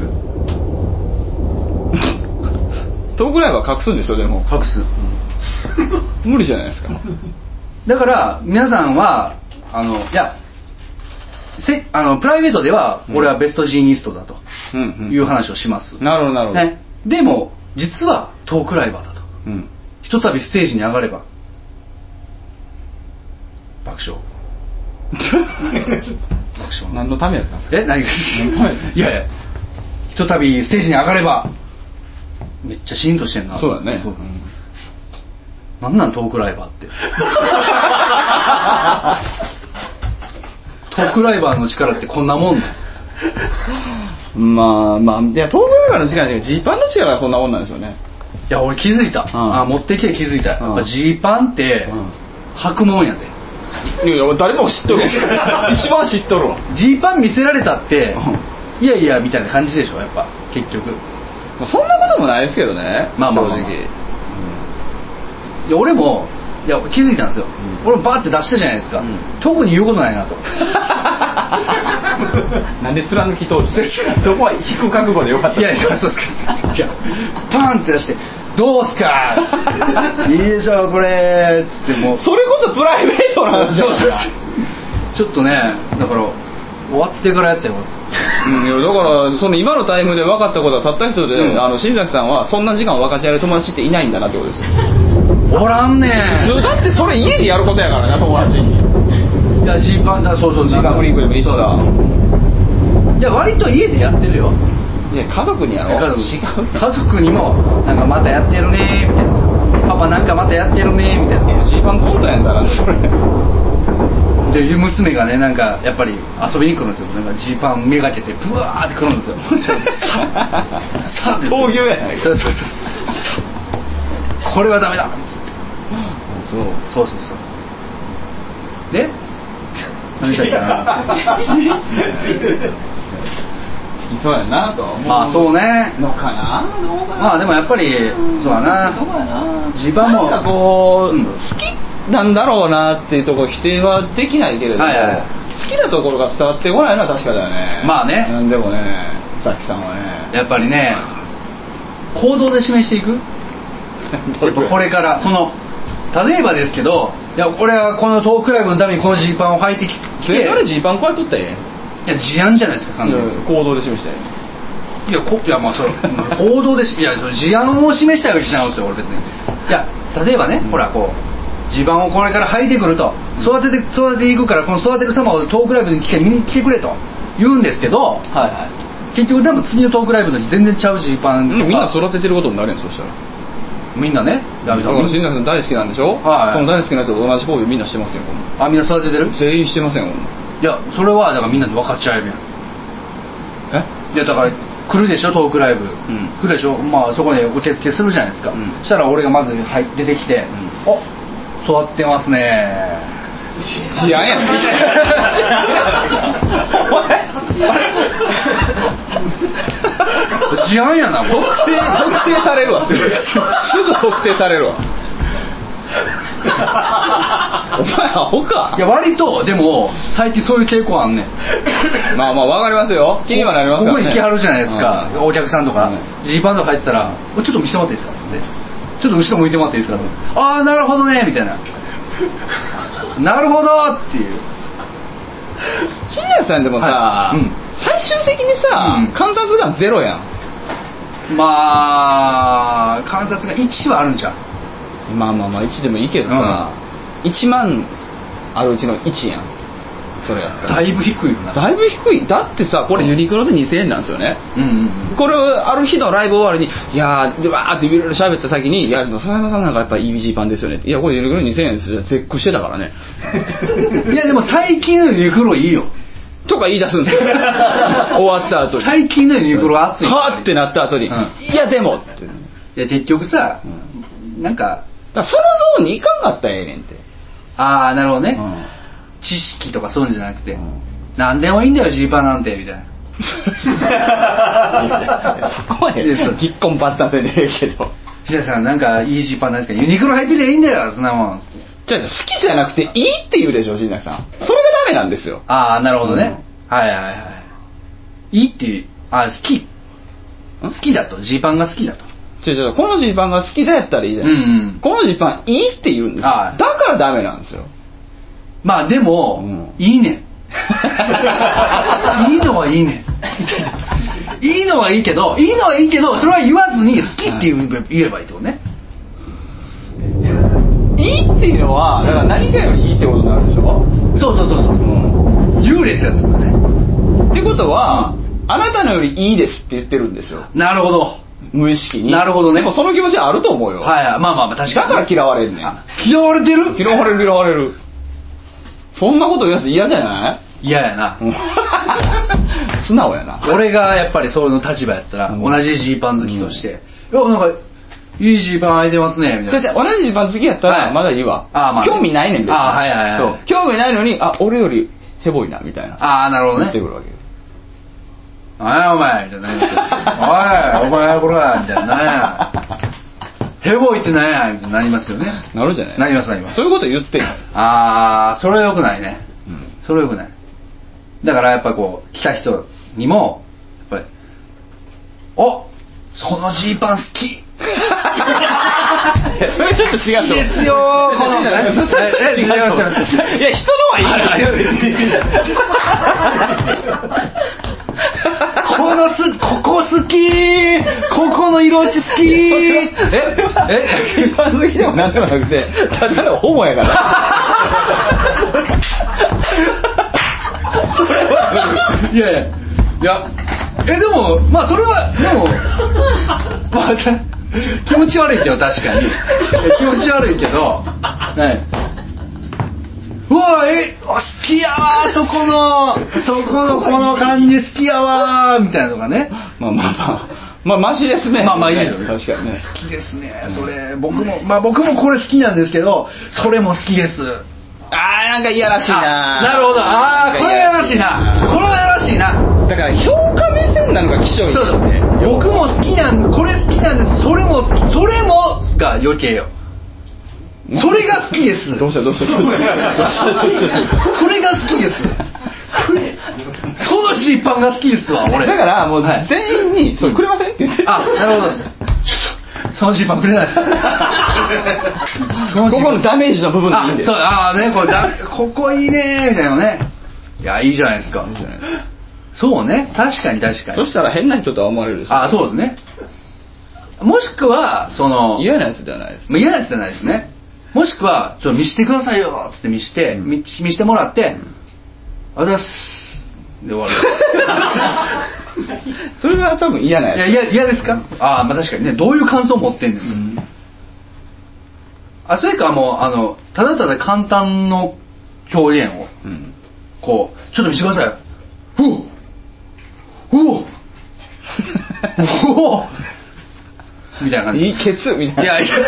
A: トークライブは隠すんでしょ。でも
B: 隠す、
A: 無理じゃないですか。
B: だから皆さんはいやプライベートでは俺はベストジーニストだという話をします、
A: なるほどなるほど、
B: ね、でも実はトークライバーだと、ひとたびステージに上がれば爆笑
A: 何のためやったんですか。
B: 何がいやいやひとたびステージに上がればめっちゃシーンとしてんな。
A: そうだね。
B: なんトークライバーってトークライバーの力ってこんなもんね。
A: まあいやトークライバーの力じゃジーパンの力がそんなもんなんですよね。
B: いや俺気づいた、持ってきて気づいた、やっぱジーパンって履くもんやで。
A: いや誰も知っとる一番知っとるわ。
B: ジーパン見せられたっていやいやみたいな感じでしょやっぱ結局。
A: そんなこともないですけどね、
B: まあ
A: 正直。
B: いや俺も気づいたんですよ、俺もバーって出したじゃないですか、特に言うことないなと
A: なんで貫き通してそこは引く覚悟でよかった。
B: いやそうですか。いやパーンって出してどうすかいいでしょこれつってもう
A: それこそプライベートなんですよ。
B: ちょっとねだから終わってからやったよ。
A: いやだからその今のタイムで分かったことはたった一つで、新崎さんはそんな時間を分かち合える友達っていないんだなってことですよ。
B: おらんねん。
A: 普通だってそれ家でやることやからな友達に。
B: いやジーパンだそう
A: 時間フリンクでもいいしさ。
B: いや割と家でやってるよ。
A: いや家族にやろ。違う。
B: 家族にもなんかまたやってるねみたいな。パパなんかまたやってるねみたいな。
A: ジーパンコントやんだなそれ。
B: で娘がねなんかやっぱり遊びに来るんですよ。なんかジーパンめがけてブワーって来るんですよ。さ
A: 闘牛やないか。
B: これはダメだっつって。そうで何したっけな。
A: 好きそうやなと思う。
B: まあそうね
A: のかな。
B: まあでもやっぱりそうだな。ジーパンも
A: なんかこう、好きなんだろうなっていうところ否定はできないけれども、好きなところが伝わってこないのは確かだよね。
B: まあね。
A: なんでもね、さっきさんはね
B: やっぱりね行動で示していくやっぱこれから例えばですけど、いや俺はこのトークライブのためにこのジーパンを履いてきて、
A: 誰ジーパンこうやっとったらえ
B: いや事案じゃないですか完全に。
A: 行動で示したら
B: いやまあそれ行動でいやその事案を示したいわけじゃないんですよ俺別に。いや例えばね、ほらこう地盤をこれから履いてくると、育てていくから、この育てる様をトークライブに見に来てくれと言うんですけど、はいはい、結局でも次のトークライブの日全然ちゃうジーパンとか、
A: みんな育ててることになるやん。そしたら
B: みんなね、だ
A: から新崎さん大好きなんでしょ、はいはい、その大好きな人と同じ行為をみんなしてますよ。
B: あ、みんな育ててる？
A: 全員してませんよ。
B: いやそれはだからみんなで分かっちゃえるやん。いやだから来るでしょトークライブ、来るでしょ、まあそこで受付するじゃないですか、そしたら俺がまず出てきて、お、育ってますね
A: 治安やん
B: 治安やな。
A: 特定されるわすぐ特定されるわお前アホか。
B: いや割とでも最近そういう傾向あんねん
A: まあ分かりますよ、気にはなりますからね。
B: ここに来はるじゃないですか、お客さんとかジーパンとか入ってたら、ちょっと見せてもらっていいですかって、ちょっと後ろ向いてもらっていいですか、ああなるほどねみたいななるほどっていう。
A: 新谷さんでもさ、最終的にさ、観察眼ゼロやん。
B: まあ観察眼1はあるんじゃん。
A: まあ1でもいいけどさ、1万あるうちの1やん。それやったら
B: だいぶ低いよな。
A: だいぶ低い。だってさこれユニクロで2000円なんですよね、これある日のライブ終わりにいやーでわーっていろいろ喋った先に、いや笹山さんなんかやっぱいいジーパンですよねって、いやこれユニクロ2000円ですよ、絶句してたからね
B: いやでも最近のユニクロいいよ
A: とか言い出すんですよ終わった後に
B: 最近のユニクロ熱い
A: はーってなった後に、いやでもって、
B: いや結局さ、なんか
A: そのゾーンに行かんかったらええねんって。
B: ああなるほどね、知識とかそういうんじゃなくて、何でもいいんだよジーパンなんてみたいな
A: そこまでぎっこんばったせでええけど、
B: 石田さんなんかいいジーパンないですか、ユニクロ履いてりゃいいんだよそんなもん。
A: じゃあ好きじゃなくていいって言うでしょ新崎さん。それがダメなんですよ。
B: ああなるほどね、はいはいはい、いいっていう、あ好きだと、ジーパンが好きだと、
A: このジーパンが好きだやったらいいじゃないですか、このジーパンいいって言うんですよ、だからダメなんですよ。
B: まあでも、いいねんいいのはいいねんいいのはいいけどそれは言わずに好きって言えばいいってことね。
A: いいっていうのはだから何かよりいいってことになるでしょ。
B: そう、優劣がつくよね。
A: ってことは、あなたのよりいいですって言ってるんですよ。
B: なるほど、
A: 無意識に。
B: なるほどね。
A: でもその気持ちはあると思うよ。
B: はいはい、まあ確かに。
A: だから嫌われんねん。
B: 嫌われてる？
A: 嫌われる。そんなこと言うやつ嫌じゃない？
B: 嫌やな
A: 素直やな。
B: 俺がやっぱりそういうの立場やったら、同じジーパン好きとして、いやなんかいいジーパン履いてますねみたいな。
A: 同じジーパン好きやったらまだいいわ、興味ないねん別に。そう興味ないのに、俺よりヘボいなみたいな。
B: なるほどね。
A: 言ってくるわけよ。
B: なんやお前みたいなおいお前これみたいな、なんやヘボいってなんやみたいになりますよね。
A: なるじゃない。
B: なります。
A: そういうこと言ってるんですよ。
B: それは良くないね、それは良くない。だからやっぱこう来た人にもやっぱりそのジーパン好き
A: それちょっと違うと思う。
B: いいですよこの
A: いや人のはいい
B: ここ好き、ここの色落ち好き。
A: ジーパン好きでもなんでもなくて、ただのホモやから
B: いやでもまあそれはでもまあ気持ち悪いけど、確かに気持ち悪いけど、うわ好きやわそこのこの感じ好きやわみたいなのがね、
A: まあマシですね。
B: まあいいですよね。
A: 確かにね。
B: 好きですね。それ僕もこれ好きなんですけど、それも好きです。
A: なんかいやらしいな。
B: なるほど。これやらしいな。これはやらしいな。
A: だから評価目線なのがきしょい。
B: そう僕も好きなんこれ好きなんです。それも好き。それもが余計よ。それが好きです。
A: どうした
B: それが好きです。そのジーパンが好きですわ俺。
A: だからもう全員にそれくれませんって言って。
B: なるほど。 そのジーパンくれないですか
A: ここのダメージの部分でいいんです。
B: そう、ね、ここいいねみたいなね。いや、いいじゃないですか。そうね、確かに。そ
A: したら変な人とは思われるでしょ。
B: そうですね。もしくは
A: 嫌なやつではないです。
B: 嫌なやつじゃないですね。もしくはちょっと見してくださいよっつって見してもらって、あざっすで終わる。
A: それは多分嫌なやつ。
B: 嫌ですか？まあ確かにね。どういう感想を持ってんですか？それかもうただただ簡単の表現を、こうちょっと見せてくださいよ。みたいな感じ。
A: いいケツみたいな。
B: いや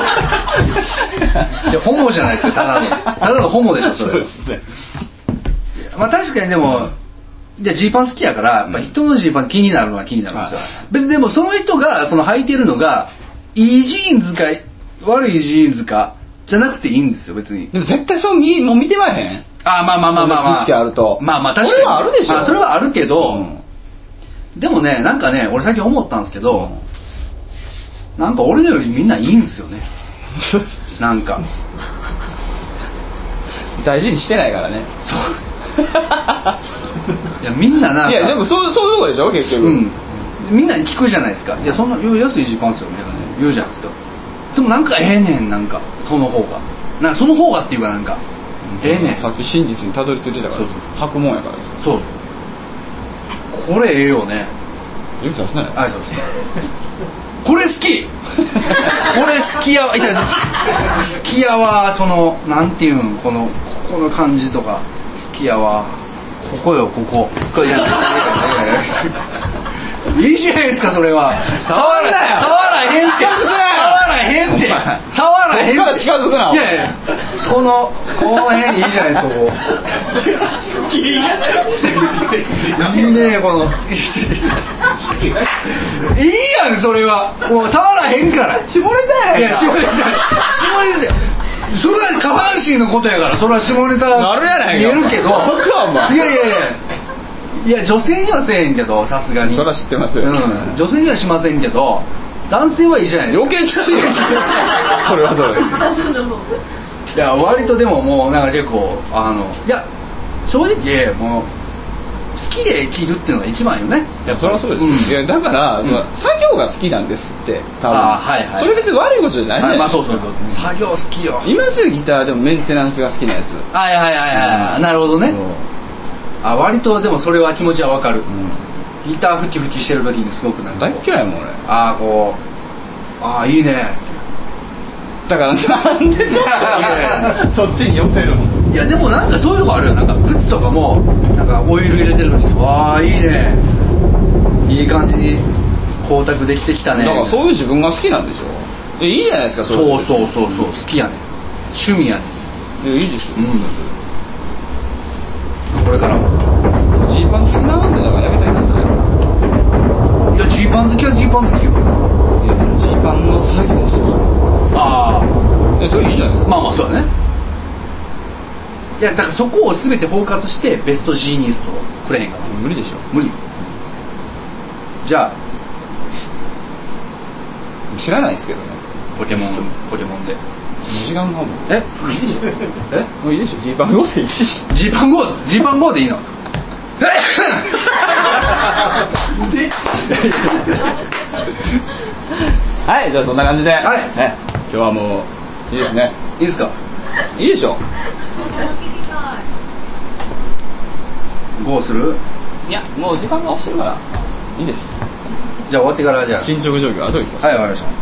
B: ホモじゃないですか。ただのホモでしょそれ。そうですね。まあ確かにでもジーパン好きやから、人のジーパン気になるのは気になるんですよ。別にでもその人が履いてるのがいいジーンズか悪いジーンズかじゃなくていいんですよ別に。
A: でも絶対もう見てまへん。
B: まあ
A: 知識あると。
B: まあ確かに。
A: それはあるでしょ。
B: それはあるけど、でもね、なんかね、俺最近思ったんですけど、なんか俺のよりみんないいんですよね。なんか
A: 大事にしてないからね。
B: そう。いやみんななんか。
A: いやでもそういうとこでしょ結局。
B: みんなに聞くじゃないですか。いやそんな安いジーパンですよみたいなね言うじゃないですか。でもなんかなんかその方がっていうかなんか
A: さっき真実にたどり着いてたから履くもんやから
B: そうこれよね。
A: 指さすなよ。
B: そうです。これ好き。これ好きやわ。好きやわ。なんていうんこの感じとか好きやわ。これじゃない。いいじゃないですかそれは。触らへんって。
A: から近づくな。
B: いやこの辺いいじゃないですか。いいねいいやんそれは。もう触らへんから。
A: 絞れたやん。
B: いや絞れた。それは下半身のことやからそれは下ネタ
A: なるやないか。
B: 言えるけど。いや女性にはせえへんけどさすがに。
A: それは知ってますよ。
B: 女性にはしませんけど男性はいいじゃないですか。
A: 余計きついよ。それはそうです。
B: いや割とでももうなんか結構いや正直もう好きで着るっていうのが一番よね。
A: いやそれはそうです。いやだから作業が好きなんですって多分。それ別に悪いことじゃないじゃないですか。
B: そう作業好きよ。
A: 今すぐギターでもメンテナンスが好きなやつ。
B: なるほどね。割とでもそれは気持ちはわかる。ギター吹きしてる時にすごくなんか
A: 大嫌いもん俺。
B: いいね。
A: だからなんでそっちに寄せるの。
B: いやでもなんかそういうとこあるよ。なんか靴とかもなんかオイル入れてる時にいいね、いい感じに光沢できてきたね。
A: だからそういう自分が好きなんでしょ。いいじゃないですか。
B: そう好きやね、趣味やね。
A: いいですよ。
B: これからも
A: ジーパン好きなんでだからやめたいなんだよ。
B: いやジーパン好きはジーパン好きよ。
A: いやジーパンの作業好き。それいいじゃないですか。
B: まあそうだね。いやだからそこを全て包括してベストジーニストくれへんかな。
A: 無理でしょ。
B: 無理。じゃあ
A: 知らないですけどね。
B: ポケモンで
A: 2時間半も
B: いいでしょ。
A: もういいでしょ。ジーパン GO でいいし。
B: ジーパン GO でいいの。
A: はいじゃあそんな感じで、今日はもういいですね。
B: いいですか。
A: いいでしょ。
B: GO する。
A: いやもう時間が押してるからいいです。
B: じゃあ終わってからじゃあ
A: 進捗状況後で聞きます。
B: はいわかりました。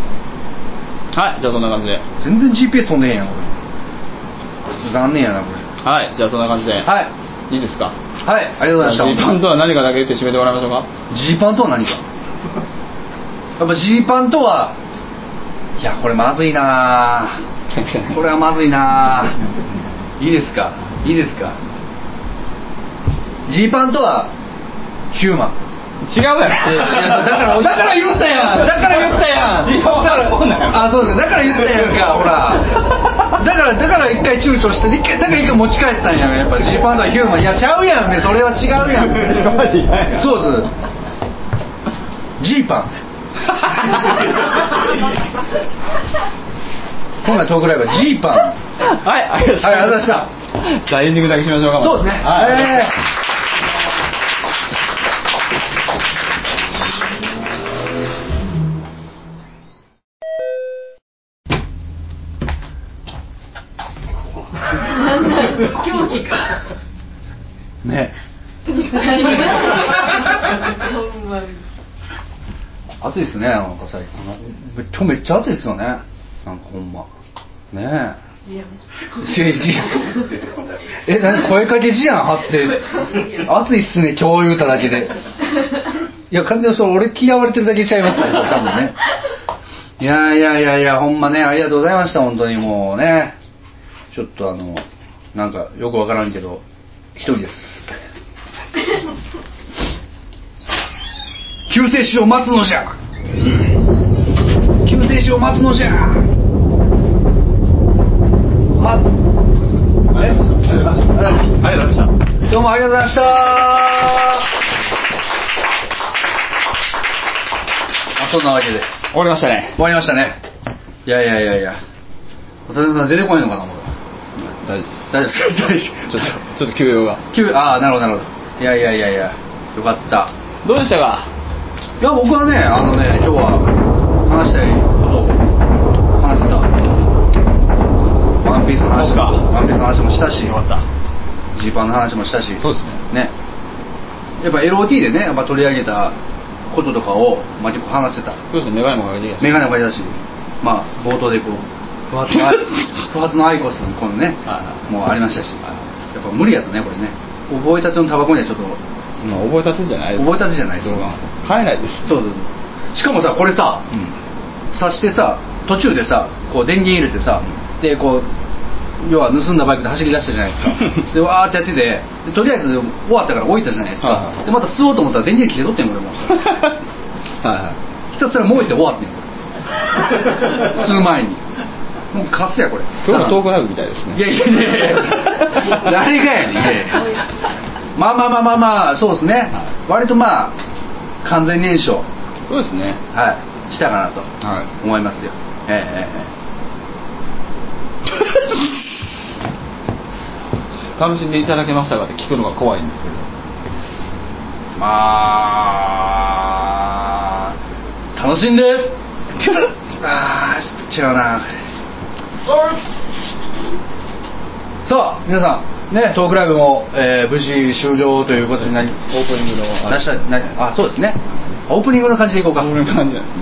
A: はいじゃあそんな感じで。
B: 全然 GPS 飛んでへんやんこれ。残念やなこれ。
A: はいじゃあそんな感じで。いいですか。
B: はいありがとうございました。
A: ジーパンとは何かだけ言って締めてもらいましょうか。
B: ジーパンとは何か。やっぱジーパンとはいやこれまずいなこれはまずいないいですかジーパンとはヒューマン。
A: 違うやろ。
B: だから言ったやん。
A: ジーパンはこんなんや。
B: そうです。だから言ったやんかほら。だから一回躊躇して一回持ち帰ったんやん。やっぱジーパンとはヒューマン。いやちゃうやんね。それは違うやん。そうです。ジーパン今回トークライブはジーパン。
A: はい、ありがとうございました。じゃあエンディングだけしましょうか。
B: そうですね。
D: 狂気か。
B: ね。暑いですね、なんか最近。今日めっちゃ暑いですよね。なんかほんま。ねえ。なんか声かけ事案発生。暑いっすね、今日言うただけで。いや、完全にそれ俺嫌われてるだけちゃいますね、多分ね。いや、ほんまね、ありがとうございました、本当にもうね。ちょっとなんかよくわからんけど、一人です。救世主を待つのじゃ。救世主を待つのじゃ。ありがとうございました。どうもありがとうございました。そんなわけで
A: 終わりましたね。
B: 終わりましたね。いや。おさん出てこないのかな、もう。
A: 大丈夫です。ちょっと休養が。
B: なるほど。いや。よかった。
A: どうでしたか？
B: いや、僕はね、今日は話したいことを話せた。ワンピースの話もしたし、
A: よかった。
B: ジーパンの話もしたし。
A: そうですね。
B: やっぱ LOT でね、やっぱ取り上げたこととかを、結構話せた。
A: そうですね、メガネもかけていいです。
B: メガネもかけたし、冒頭でこう、不発のアイコスのこのね、もうありましたし、やっぱ無理やったね、これね。覚えたてのタバコにはちょっと、
A: 覚えたてじゃないです。
B: 覚えたてじゃないです。
A: 買えないです。
B: そう。しかもさ、これさ、刺してさ、途中でさ、こう電源入れてさ、でこう要は盗んだバイクで走り出したじゃないですか。でわーってやってて、でとりあえず終わったから置いたじゃないですか。でまた吸おうと思ったら電源切れとってんこれも。ひたすら燃えて終わってんこれ。吸う前に。もうカスやこれ。
A: 今日のトークライブみたいですね。
B: いや誰がやねん。まあそうですね。割と完全燃焼。
A: そうですね。
B: したかなと思いますよ。
A: 楽しんでいただけましたかって聞くのが怖いんですけど。
B: 楽しんで。ちょっと違うな。さあ皆さんね、トークライブも、無事終了ということになり、オープニングのそうですね。オープニングの感じでいこうか。
A: オープニングの感じですね。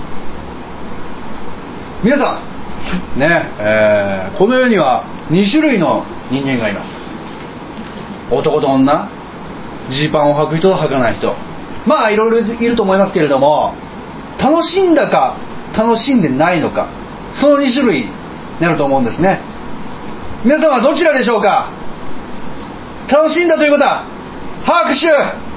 B: 皆さんね、この世には2種類の人間がいます。男と女、ジーパンを履く人と履かない人、いろいろいると思いますけれども、楽しんだか楽しんでないのか、その2種類になると思うんですね。皆さんはどちらでしょうか？楽しんだということは拍手。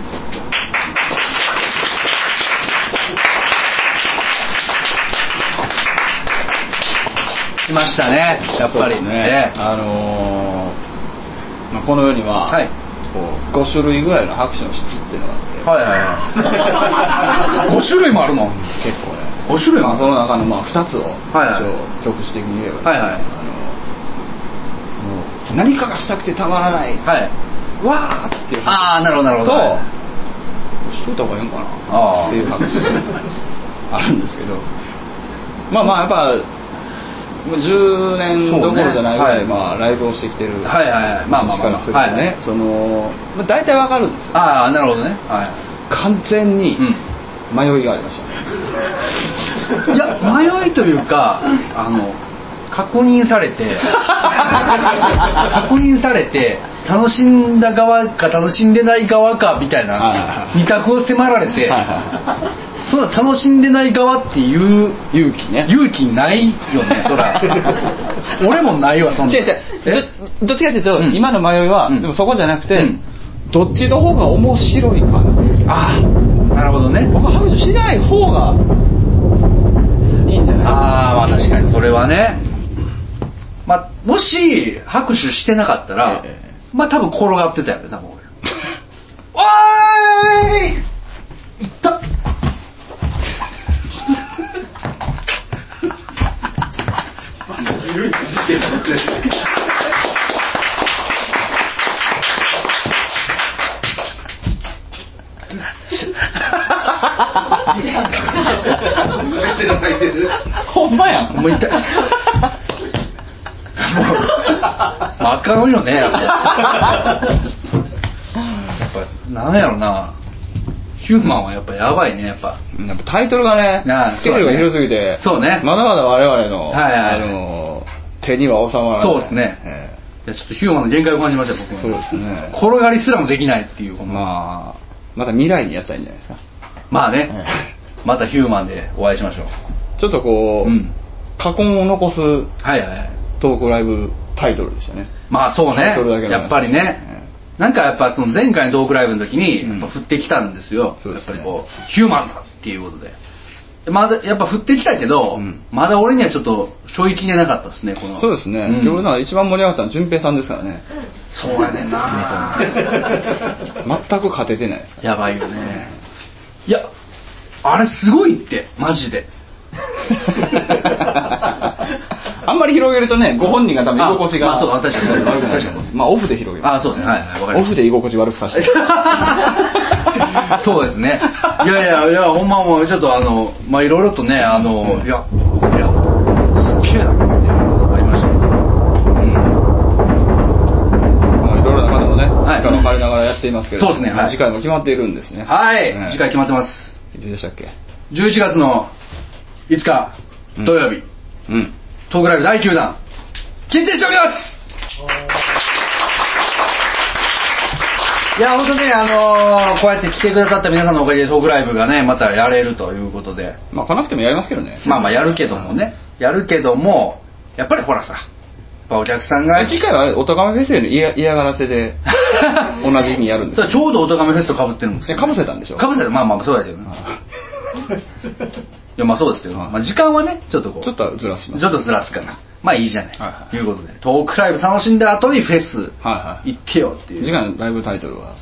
B: しましたね、やっぱりね。
A: この世には、5種類ぐらいの拍手の質っていうのが
B: あって、5種類もあるもん。
A: 結構ね。
B: 5種類もある。
A: その中の2つを局地的に言えば、何かがしたくてたまらない、わーっていう
B: なるほど
A: と、しといた方がいいのかなっていう拍手あるんですけど、やっぱ10年どころじゃないぐらい、ライブをしてきてる
B: からすると
A: ね、大体わかるんですよ。
B: なるほどね。
A: 完全に迷いがありました。
B: いや、迷いというか、確認されて楽しんだ側か楽しんでない側かみたいな二択を迫られて、そんな楽しんでない側っていう勇気ないよね、そら。俺もないわ、そんな。
A: どっちかというと、今の迷いは、でもそこじゃなくて、どっちの方が面白いかな。
B: なるほどね。
A: 僕は拍手しない方がいいんじゃない？
B: 確かにそれはね。もし拍手してなかったら、多分転がってたよね、多分俺。おーい、いった。
A: ほんまやん。
B: もう痛い。もうあかんよねやっぱなんやろな、ヒューマンはやっぱやばいね。やっぱ
A: タイトルがね、スケールが広すぎて、
B: そうね、
A: まだまだ我々の、手には収まらない。
B: そうですね。じゃあちょっとヒューマンの限界を感じました僕も。
A: そうですね。
B: 転がりすらもできないっていう。
A: また未来にやったらいいんじゃないですか。
B: まあね、またヒューマンでお会いしましょう。
A: ちょっとこう、過根を残すトークライブタイトルでしたね。
B: まあそうね、やっぱりね、なんかやっぱその前回のトークライブの時にやっぱ振ってきたんですよ。やっぱりこうヒューマンだっていうことで。まだやっぱ振ってきたけど、まだ俺にはちょっと衝撃でなかったですね。この
A: そうですね。今日の一番盛り上がったのは順平さんですからね。
B: そうやねんな。
A: 全く勝ててないですから。
B: やばいよね。いや、あれすごいってマジで。
A: あんまり広げるとね、ご本人が多分居心地が
B: そう、確かに
A: 悪くなる。まあオフで広げます。
B: そうですね。はい、わかりました。
A: オフで居心地悪くさせて。
B: そうですね。いやほんまもうちょっとまあいろいろとねいやすっげえなっていうことがありましたね。
A: まあいろいろな方のね力を借りながらやっていますけど。
B: そうですね。
A: 次回も決まっているんですね。
B: はい。次回決まってます。
A: いつでしたっけ
B: ？11月の5日土曜日。トークライブ第9弾決定しております。いや本当ねこうやって来てくださった皆さんのおかげでトークライブがねまたやれるということで、
A: まあ来なくてもやりますけどね。
B: まあやるけどもね、やっぱりほらさ、やっぱお客さんが
A: 次回はおとがめフェスへの嫌がらせで同じにやるんですよ。
B: ちょうどおとがめフェスと被ってるんですよ。
A: 被せたんでしょ。
B: 被せた。まあそうだけどね。いやまあそうですけど、まあ時間はねちょっと
A: ずらします。
B: ちょっとずらすからまあいいじゃないということで、トークライブ楽しんだ後にフェス行ってよっていう。
A: 次回のライブタイトルは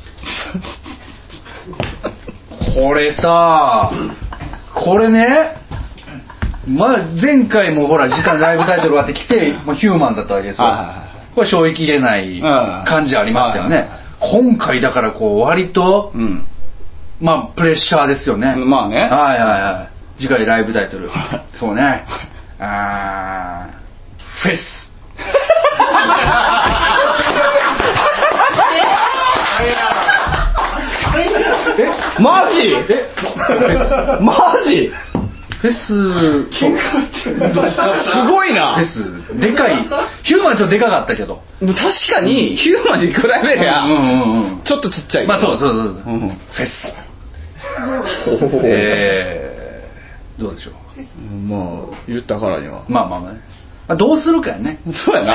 B: これさ、これね、まあ前回もほら時間ライブタイトルがあってきてヒューマンだったわけですよ。これ衝撃入れない感じありましたよね。今回だからこう割とまあプレッシャーですよね。
A: まあね。
B: 次回ライブタイトルそうね、フェス
A: マジマジ
B: フェスす
A: ごいな。
B: フェスでかい。ヒューマンちょっとでかかったけど
A: 確かにヒューマンに比べりゃちょっとちっちゃい。
B: まあそうフェスどうでしょう。
A: まあ言ったからには
B: まあどうするかやね。
A: そうやな。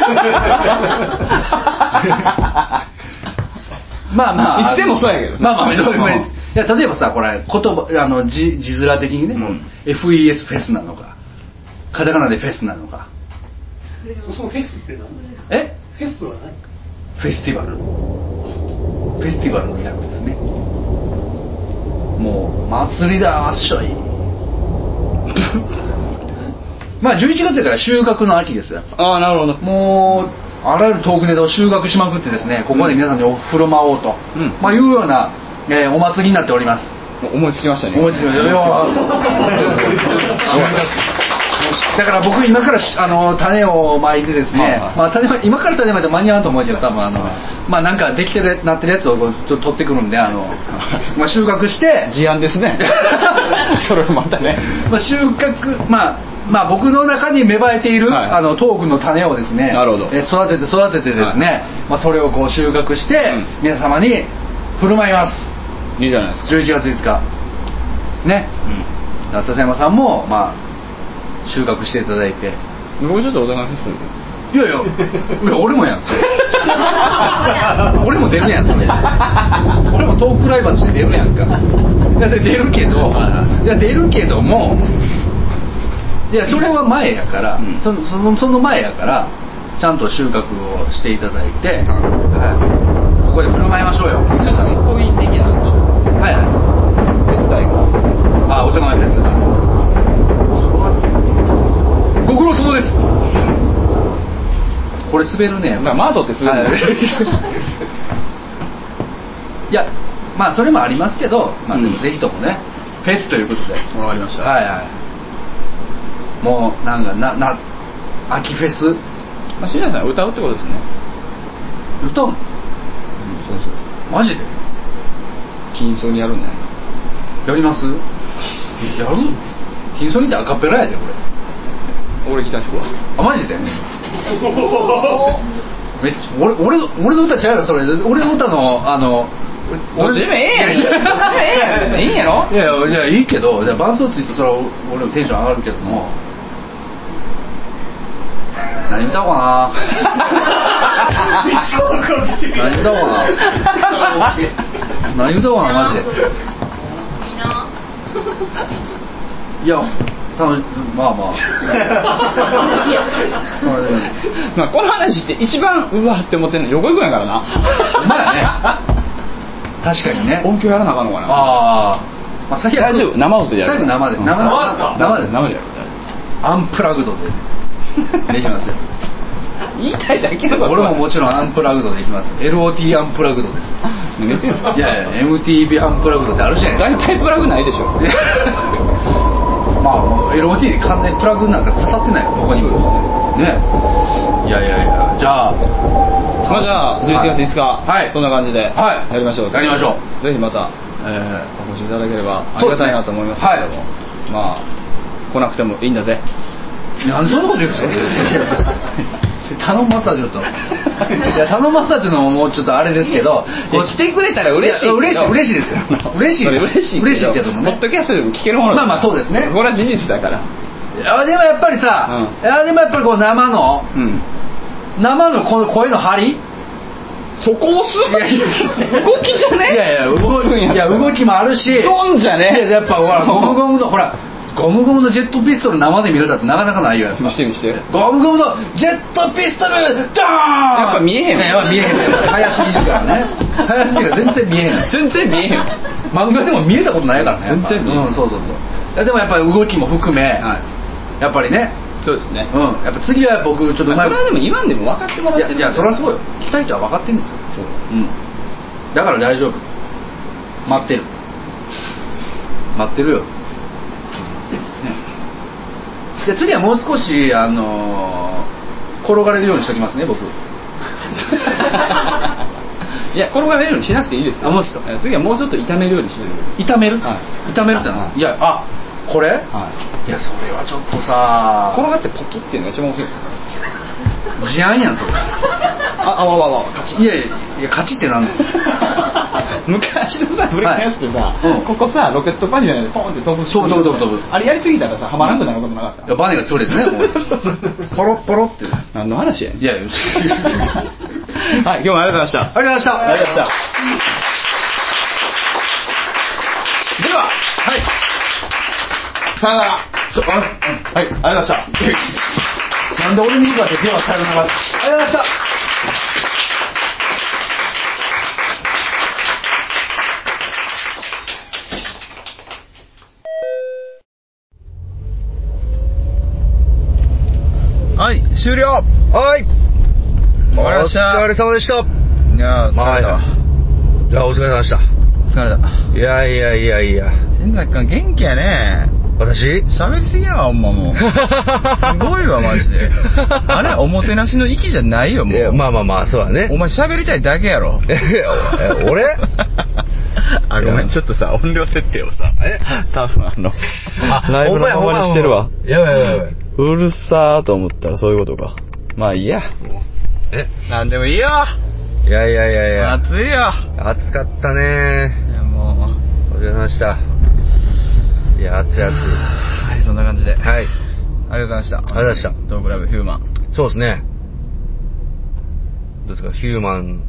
B: まあ
A: いつでもそうやけど。
B: まあいや例えばさこれ言葉字面的にね、FES フェスなのかカタカナでフェスなのか。
E: そのフェスって何ですか？フェスは何？
B: フェスティバルの略ですね。もう祭りだわっしょい。まあ11月だから収穫の秋ですよ。
A: なるほど。
B: もうあらゆるトークネタを収穫しまくってですね、ここで皆さんに振る舞おうと、まあいうような、お祭りになっております。
A: 思いつきましたね。
B: 思いつきました。だから僕今から種をまいてですね、まあ今から種まいて間に合うと思うけど多分まあなんかできてるなってるやつを取ってくるんでまあ収穫して
A: 事案ですね。それまたね。
B: まあ収穫まあ僕の中に芽生えているトークの種をですね、育ててですね、まあそれをこう収穫して皆様に振る舞います。
A: いいじゃないですか。
B: 11月5日ね。笹山さんもまあ収穫していただいて。
A: 僕ちょっとお互いフェス。
B: いや俺もやんそれ。俺も出るやんそれ。俺もトークライバーとして出るやんか。出るけども。いやそれは前やから、その前やからちゃんと収穫をしていただいて、ここで振る舞いましょうよ。
A: ちょっとツッコミ的なんでしょ。手伝いが。
B: お手前です。ご苦労様です。 これ滑るね。
A: マートって滑るね。
B: いや、まあそれもありますけど、まあでもぜひともね、フェスということで。
A: わかりました。
B: はいはい。もうなんか秋フェス。
A: まあ椎名さん歌うってことですね。
B: 歌うの？
A: そうそう。
B: マジで？
A: 金層にやるんじゃないか。
B: やります？やる？金層にってアカペラやで
A: 俺ギター弾くわ。
B: あ、マジで？めっちゃ俺の歌違うよそれ。俺の歌の
A: どっちでもええやん。どっちでもええやん。いいんやろ？
B: いやいいけど、伴奏ついてそれは俺もテンション上がるけども。何歌おうかな。何歌おうかなマジで。いや多分まあ
A: この話して一番うわって思ってんの横行くんやからな。
B: うまいね。確かにね。
A: 音響やらなあかんのかな。
B: まあ最悪
A: 大丈夫。生音でやる。
B: 最後生でやる。アンプラグドでできますよ。
A: 言いたいだけのこと。
B: 俺ももちろんアンプラグドできます。LOT アンプラグドです。
A: 寝てんすか？
B: いや MTV アンプラグドってあるじゃないですか。
A: 大体プラグないでしょ。
B: まあもう LOT で完全にプラグなんか刺さってないよどこにもね。いやじゃあ
A: まあじゃあ11月5日、
B: はい、
A: そんな感じでやりましょう。
B: やりましょう。
A: ぜひまた、お越しいただければありがたいなと思いますけれども、まあ来なくてもいいんだぜ。
B: なんでそんなこと言うんですか？頼まさちょっと。いや頼まさっていうのももうちょっとあれですけど、
A: 来てくれたら嬉しい。
B: 嬉しいですよ。嬉しいけどもね。
A: ポッドキャストでも聞けるもの。
B: まあそうですね。
A: これは事実だから。
B: でもやっぱりさ、でもやっぱりこう生のこの声の張り。
A: そこ押す？動きじゃね？
B: いや動きもあるし。
A: ドンじゃね？
B: やっぱほらゴムゴムのほら。ゴムゴムのジェットピストル生で見れたってなかなかないよ。
A: 見して
B: ゴムゴムのジェットピストルドーン。
A: やっぱ見えへん。
B: 早すぎるからね。早すぎるから全然見えへん。
A: 全然見えへん。
B: 漫画でも見えたことないからね。
A: 全然見えへん。
B: そう。でもやっぱり動きも含め、やっぱりね。
A: そうですね。
B: やっぱ次は僕ちょっとそれ
A: はでも言わんでも分かってもらってる。
B: いやそりゃそうよ。聞きたい人は分かってるんですよ。だから大丈夫。待ってるよ。で次はもう少し転がれるようにしておきますね僕。い
A: や転がれるようにしなくていいですよ。
B: もうちょっと
A: 次はもうちょっと炒めるようにしてる。
B: 炒めるっていやこれ、いやそれはちょっとさ
A: 転がってポキっていうのが一番面白い。
B: 事案やんそれ。カチ。いやカチってなんの？
A: 昔のさブレイクダンスってさ、ここさロケットパニアでポンって飛ぶ。あれやりすぎたらさはまらんくなることなかった？
B: いやバネが強烈ね。ポロポロって。
A: 何の話やねん。
B: いや
A: はい今日もありがとうございました。
B: ありがとうございました。
A: ではさよなら。はいありがとうございました。
B: なんで俺に向かってではさよなら。ありがとうございました。
A: はい終了。
B: はい
A: お疲
B: れ様でした。
A: いや疲れた。
B: いやお疲れ様でした。
A: 疲れた。
B: いや
A: 新崎君元気やね。
B: 私
A: 喋りすぎやわほんまもう。すごいわマジで。あれおもてなしの域じゃないよもう。
B: いやまあそうだね。
A: お前喋りたいだけやろ。
B: 俺
A: ごめんちょっとさ音量設定をさ多分ライブのままにしてるわ。
B: やばいう
A: るさーと思ったらそういうことか。まあいいや。なんでもいいよ。
B: いや
A: 暑いよ。
B: 暑かったね。
A: いやもう
B: お疲れ様でした。いや暑い。
A: はいそんな感じで。はいありがとうございました。
B: ありがとうございました。
A: トークライブヒューマン。
B: そうですね。どうですかヒューマン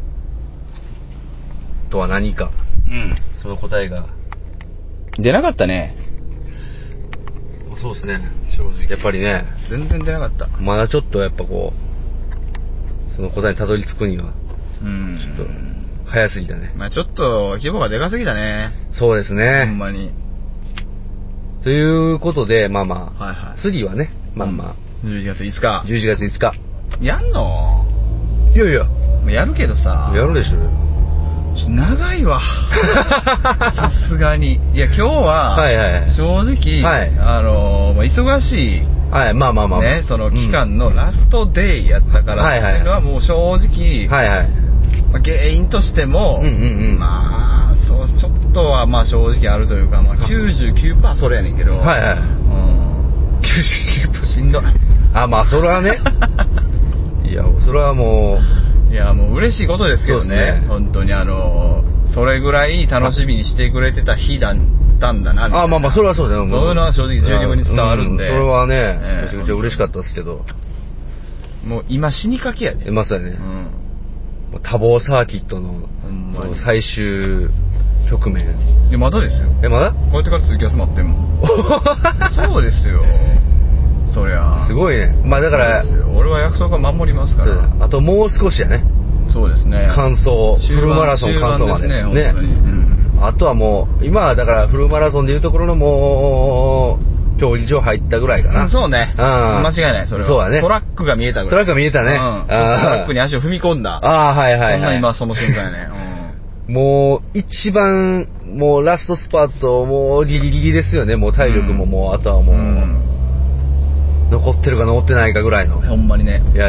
B: とは何か。その答えが
A: 出なかったね。
B: そうですね正直やっぱりね
A: 全然出なかった。
B: まだちょっとやっぱこうその答えにたどり着くにはちょっと早すぎたね。
A: まあちょっと規模がでかすぎたね。
B: そうですね
A: ほんまに。
B: ということでまあ、次はね11月5日
A: やんの？
B: いやいや
A: やるけどさ、
B: やるでしょ。
A: 長いわさすがに。いや今日は正直、忙しい、
B: はい、まあ
A: ね、その期間のラストデイやったからっていうのはもう正直、原因としても、まあそうちょっとはまあ正直あるというか、まあ 99% それやねんけど、99% しんどい。
B: まあそれはねいやそれはもう
A: 嬉しいことですけど ね本当にそれぐらい楽しみにしてくれてた日だったんだなみたいな。
B: まあそれはそうだよ。
A: そういうのは正直従業員に伝わるんで、
B: それはね、めちゃくちゃ嬉しかったですけど、
A: もう今死にかけやで。
B: まさにね、多忙サーキットの最終局面。
A: まだですよ。
B: まだ？
A: こうやってから続きは待ってんもんそうですよ。そりゃ
B: すごいね。まあだから
A: 俺は約束は守りますから。
B: あともう少しやね。
A: そうですね。
B: 完走、フルマラソン完走までね。あとはもう今はだからフルマラソンでいうところのもう競技場入ったぐらいかな。
A: そうね。間違いない。それは。そうだね。トラックが見えたぐらい。
B: トラックが見えたね。
A: トラックに足を踏み込んだ。そんな今その瞬間やね。
B: もう一番もうラストスパートもうギリギリですよね。もう体力ももうあとはもう残ってるか残ってないかぐらいの。
A: ほんまにね。
B: いや。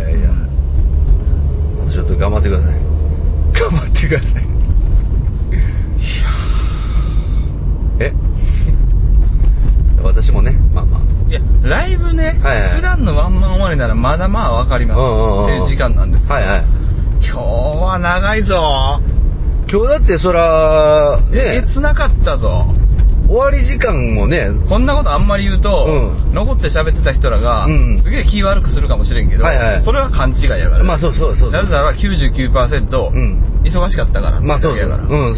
B: あとちょっと頑張ってください。頑張ってください。私もね、まあ
A: いやライブね、普段のワンマン終わりならまだまあわかりますっていう時間なんですけど、今日は長いぞ。
B: 今日だってそらね、
A: つなかったぞ。
B: 終わり時間もね、
A: こんなことあんまり言うと、残って喋ってた人らが、すげえ気悪くするかもしれんけど、それは勘違いやから。
B: まあそう。
A: なぜなら 99% 忙しかったから。
B: まあそう。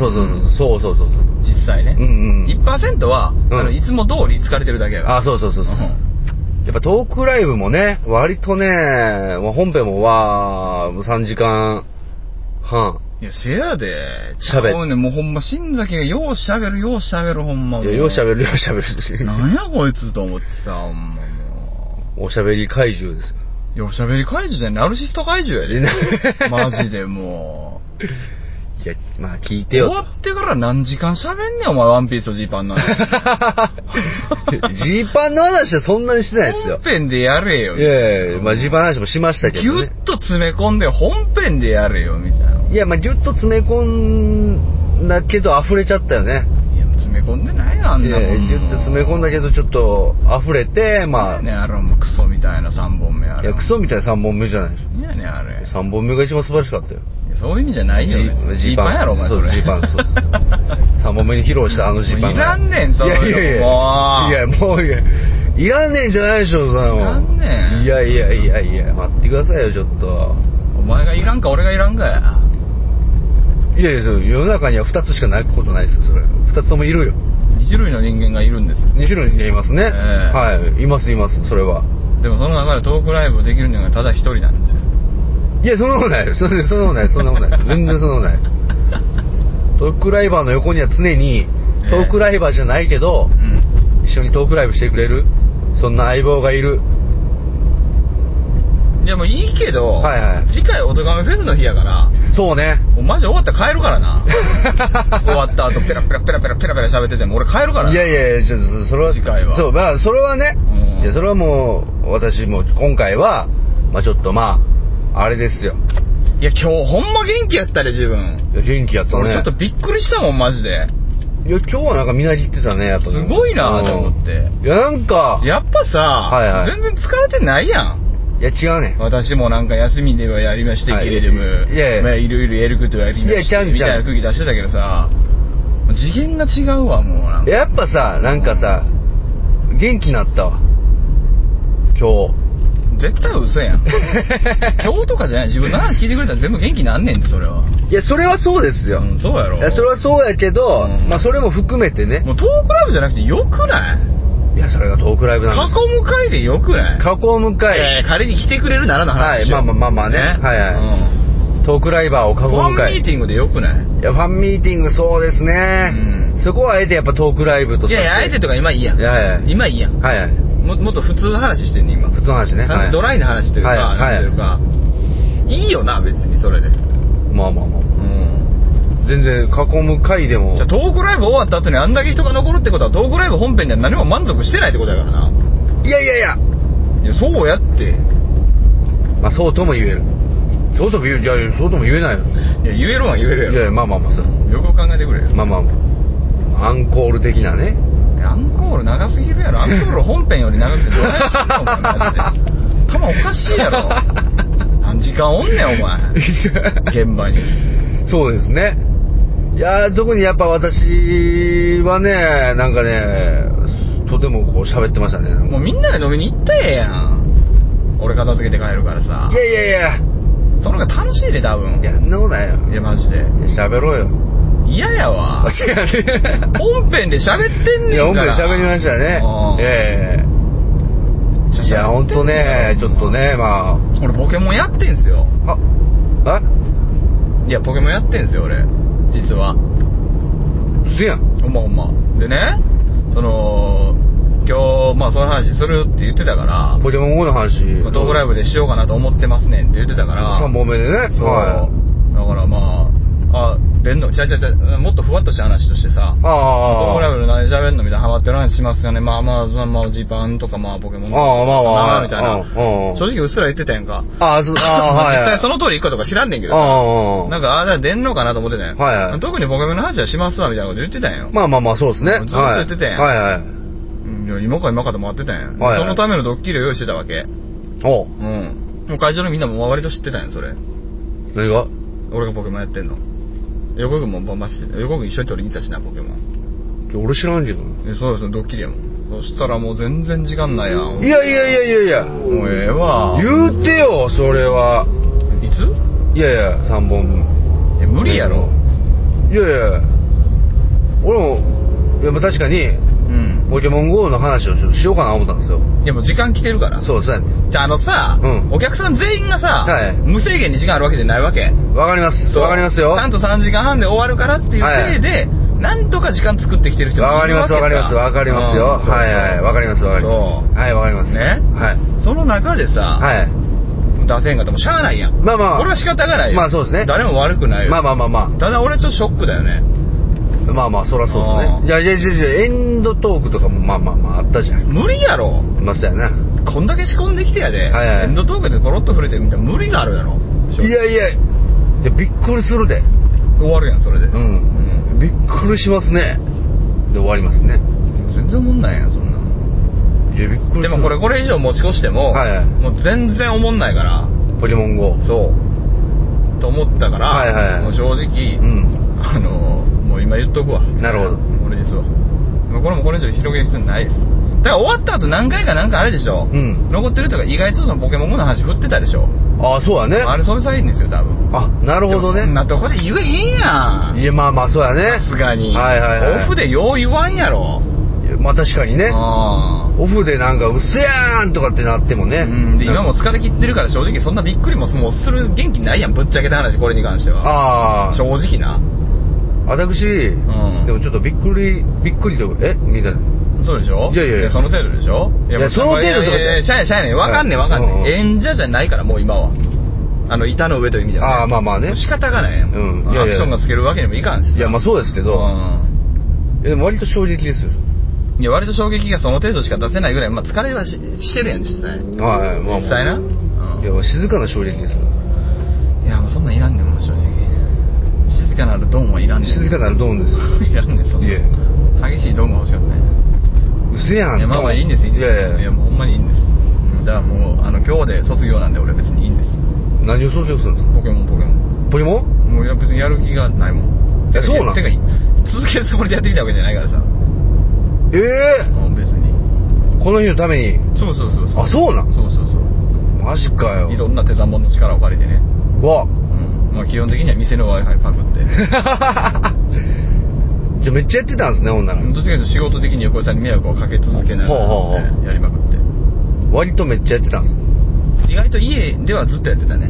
A: 実際ね。1% は、いつも通り疲れてるだけやから。
B: そう。やっぱトークライブもね、割とね、本編も3時間半。
A: いや、せやで。もうほんま、新崎がよう喋る、ほんま。
B: よう喋る。
A: なんやこいつと思ってさ、ほんまも
B: う。おしゃべり怪獣ですよ。
A: いや、おしゃべり怪獣じゃない、ナルシスト怪獣やで。マジでもう。
B: いや、まあ聞いてよ。
A: 終わってから何時間喋んねん、お前、ワンピースとジーパンの話。
B: ジーパンの話はそんなにしてないですよ。
A: 本編でやれよ。
B: いや、まあジーパンの話もしましたけどね。
A: ギュッと詰め込んで本編でやれよ、みたいな。
B: いや、まあギュッと詰め込んだけど溢れちゃったよね。
A: いや、詰め込んでないよ、あんなもん。
B: ギュッと詰め込んだけどちょっと溢れて、まあ。
A: ね、クソみたいな3本目ある。
B: いや、クソみたいな3本目じゃないでしょ。
A: いやね、あれ。
B: 3本目が一番素晴らしかったよ。
A: そういう意味じゃないよ。ジーパンやろ、お前それ。
B: ジーパン、そう。3本目に披露したジーパン。
A: いらんねん、それ。
B: いや、もう、いらんねんじゃないでしょ、その。
A: いらんねん。
B: いや、待ってくださいよ、ちょっと。
A: お前がいらんか、俺がいらんかや。
B: いや、世の中には2つしかないことないですよ、それ。2つともいるよ。
A: 2種類の人間がいるんですよ。
B: 2種類の人間いますね。はい、います、それは。
A: でもその中でトークライブできるのがただ一人なんですよ。
B: いや、そんなことない。そんなことない。全然そんなことない。トークライバーの横には常に、トークライバーじゃないけど、一緒にトークライブしてくれる、そんな相棒がいる。
A: いや、もういいけど、次回おとがめフェスの日やから。
B: そうね。
A: もうマジ終わったら帰るからな。終わった後ペラ喋ってても俺帰るからな。
B: いや、それは
A: 次回は。
B: そう、まあそれはね。いや、それはもう私も今回はまあちょっとあれですよ。
A: いや、今日ほんま元気やったで、自分。
B: いや、元気やったね。
A: 俺ちょっとびっくりしたもん、マジで。
B: いや、今日はなんかみなぎってたね、やっぱ。
A: すごいなと思って。
B: いや、なんか。
A: やっぱさ、全然疲れてないやん。
B: いや、違うね。
A: 私もなんか休みではやりましてけれども、いろいろやることはやりまして、みたいな空気出してたけどさ、次元が違うわ、もうなんか。
B: やっぱさ、なんかさ、元気になったわ。今日。
A: 絶対嘘やん。今日とかじゃない、自分の話聞いてくれたら全部元気なんねんって、それは。
B: いや、それはそうですよ。
A: そうやろ。
B: いや、それはそうやけど、まあそれも含めてね。
A: もうトークライブじゃなくてよくない？
B: いや、それがトークライブなんです。
A: 囲む会でよくない？
B: 囲む会。
A: 仮に来てくれるならの話でしょ。
B: はい、まあね。はい。トークライバーを囲む会。
A: ファンミーティングでよくない？
B: いや、ファンミーティングそうですね。そこはあえてやっぱトークライブとして。
A: いや、あえてとか今いいやん。今いいやん。
B: はい。
A: もっと普通の話してんね今。
B: 普通の話ね。
A: ドライな話というか、なんというか、いいよな別にそれで。
B: まあ。全然囲む回でも。
A: じゃあトークライブ終わった後にあんだけ人が残るってことはトークライブ本編では何も満足してないってことだからな。
B: いや
A: そうやって。
B: まあそうとも言える。そうとも言えないよ。
A: いや言えるは言えるやろ。
B: いやまあそう。
A: よく考えてくれよ。
B: まあアンコール的なね。
A: アンコール長すぎるやろ。アンコール本編より長くてどないすんのお前マジで。頭おかしいやろ。何時間おんねんお前。現場に。そうですね。
B: いや特にやっぱ私はねなんかねとてもこう喋ってましたね。
A: もうみんなで飲みに行ったらええやん。俺片付けて帰るからさ。
B: いや
A: その方が楽しいで多分。
B: いやそんなことないよ。
A: いやマジで
B: 喋ろうよ。
A: 嫌やわ。本編で喋ってんねんから。いや
B: 本編で喋りましたね。いやほんとねちょっとねまあ
A: 俺ポケモンやってんすよ。いやポケモンやってんすよ俺実は。
B: うそやん。
A: ほんまでね今日まあそういう話するって言ってたから
B: ポケモン GO の話、
A: トークライブでしようかなと思ってますねんって言ってたから
B: 3本目でね。
A: そう、はい、だからまあ出んのちゃもっとふわっとした話としてさトークライブで何喋んのみたいなハマってる話しますよね。まあジーパンとかまあポケモンとかみたいな正直うっすら言ってたやんか。実際その通りいくかとか知らんねんけどさなんか出んのかなと思ってたやん。特にポケモンの話はしますわみたいなこと言ってたんよ。
B: まあそうですね。
A: ずっと言ってたやん。いや今かと待ってたんやん。そのためのドッキリを用意してたわけ。もう会場のみんなも割と知ってたんやんそれ。
B: 何が？
A: 俺がポケモンやってんの。横君もバンバンして横君一緒に取りに行ったしなポケモン。
B: 俺知らんけど。
A: そうですドッキリやもん。そしたらもう全然時間ないやん。
B: いや
A: もうええわ。
B: 言うてよそれは。
A: いつ？
B: いや3本分。
A: 無理やろ。
B: いや俺もいや確かにポケモン GO の話をしようかな思ったんですよ。
A: いやもう時間来てるから。
B: そうやね。
A: じゃあさ、お客さん全員がさ、無制限に時間あるわけじゃないわけ。
B: わかりますよ。
A: ちゃんと3時間半で終わるからっていう体で、なんとか時間作ってきてる人もいるわけさ。
B: わかりますよ。わかります。そうはいわかります
A: ね。その中でさ出せんかったらもうしゃあないやん。俺は仕方がないよ。
B: まあそうですね。
A: 誰も悪くないよ。まあただ俺ちょっとショックだよね。
B: まあそりゃそうですね。いやエンドトークとかもまああったじゃん。
A: 無理やろ。
B: ましたよね。
A: こんだけ仕込んできてやで、エンドトークでポロッと触れてみたら無理があるやろ。
B: いやびっくりするで。
A: 終わるやんそれで。
B: びっくりしますね。で終わりますね。
A: 全然おもんないやんそんなの。
B: いやびっくりする。
A: でもこれ以上持ち越しても、もう全然おもんないから
B: ポケモン GO
A: そうと思ったから、もう正直、もう今言っとくわ。
B: なるほど。
A: 俺実はこれ以上広げる必要ないです。だから終わった後何回かなんかあれでしょ、残ってるとか意外とそのポケモン GO の話振ってたでしょ。
B: そうだね。
A: あれそういうサインですよ多分。
B: なるほどね。
A: そんなとこで言えへんやん。
B: いやまあそうやね。
A: さすがにオフでよう言わんやろ。
B: まあ確かにね。オフでなんかうっせやーんとかってなってもね。
A: で今も疲れ切ってるから正直そんなびっくりもする元気ないやん。ぶっちゃけた話これに関しては。正直な。私、で
B: もちょっとびっくりとみたいな。
A: そうでしょ。いやその程度でしょ。
B: いやその程度とか
A: しゃあねわかんねえ。演者じゃないからもう今は板の上という意味では
B: まあね
A: 仕方がないやん。アクションがつけるわけにもいかんし。
B: いやまあそうですけどでも割と衝撃ですよ。
A: いや割と衝撃がその程度しか出せないぐらい疲れはしてるやん実際。実際な。
B: いや静かな衝撃ですよ。
A: いやもうそんなんいらんねんもう正直。静かなるドンはいらんねん。
B: 静かなるドンですよ。
A: いらんねんそんな。激しいドンが欲しかったね。
B: うせやん。
A: いやまあいいんです。いやもうほんまにいいんです。だからもう今日で卒業なんで俺別にいいんです。
B: 何を卒業するんですか？
A: ポケモンもういや別にやる気がないもん。
B: そうなん？
A: てか続けるつもりでやってきたわけじゃないからさ。別に
B: この日のために。
A: そうそう
B: なん？そうマジかよ。
A: いろんな手算本の力を借りてね。まあ基本的には店の Wi-Fi パクって
B: じゃあめっちゃやってたんですねほんなら。
A: どっちかというと仕事的に横井さんに迷惑をかけ続けながら、やりまくって。
B: 割とめっちゃやってたんです。
A: 意外と家ではずっとやってたね。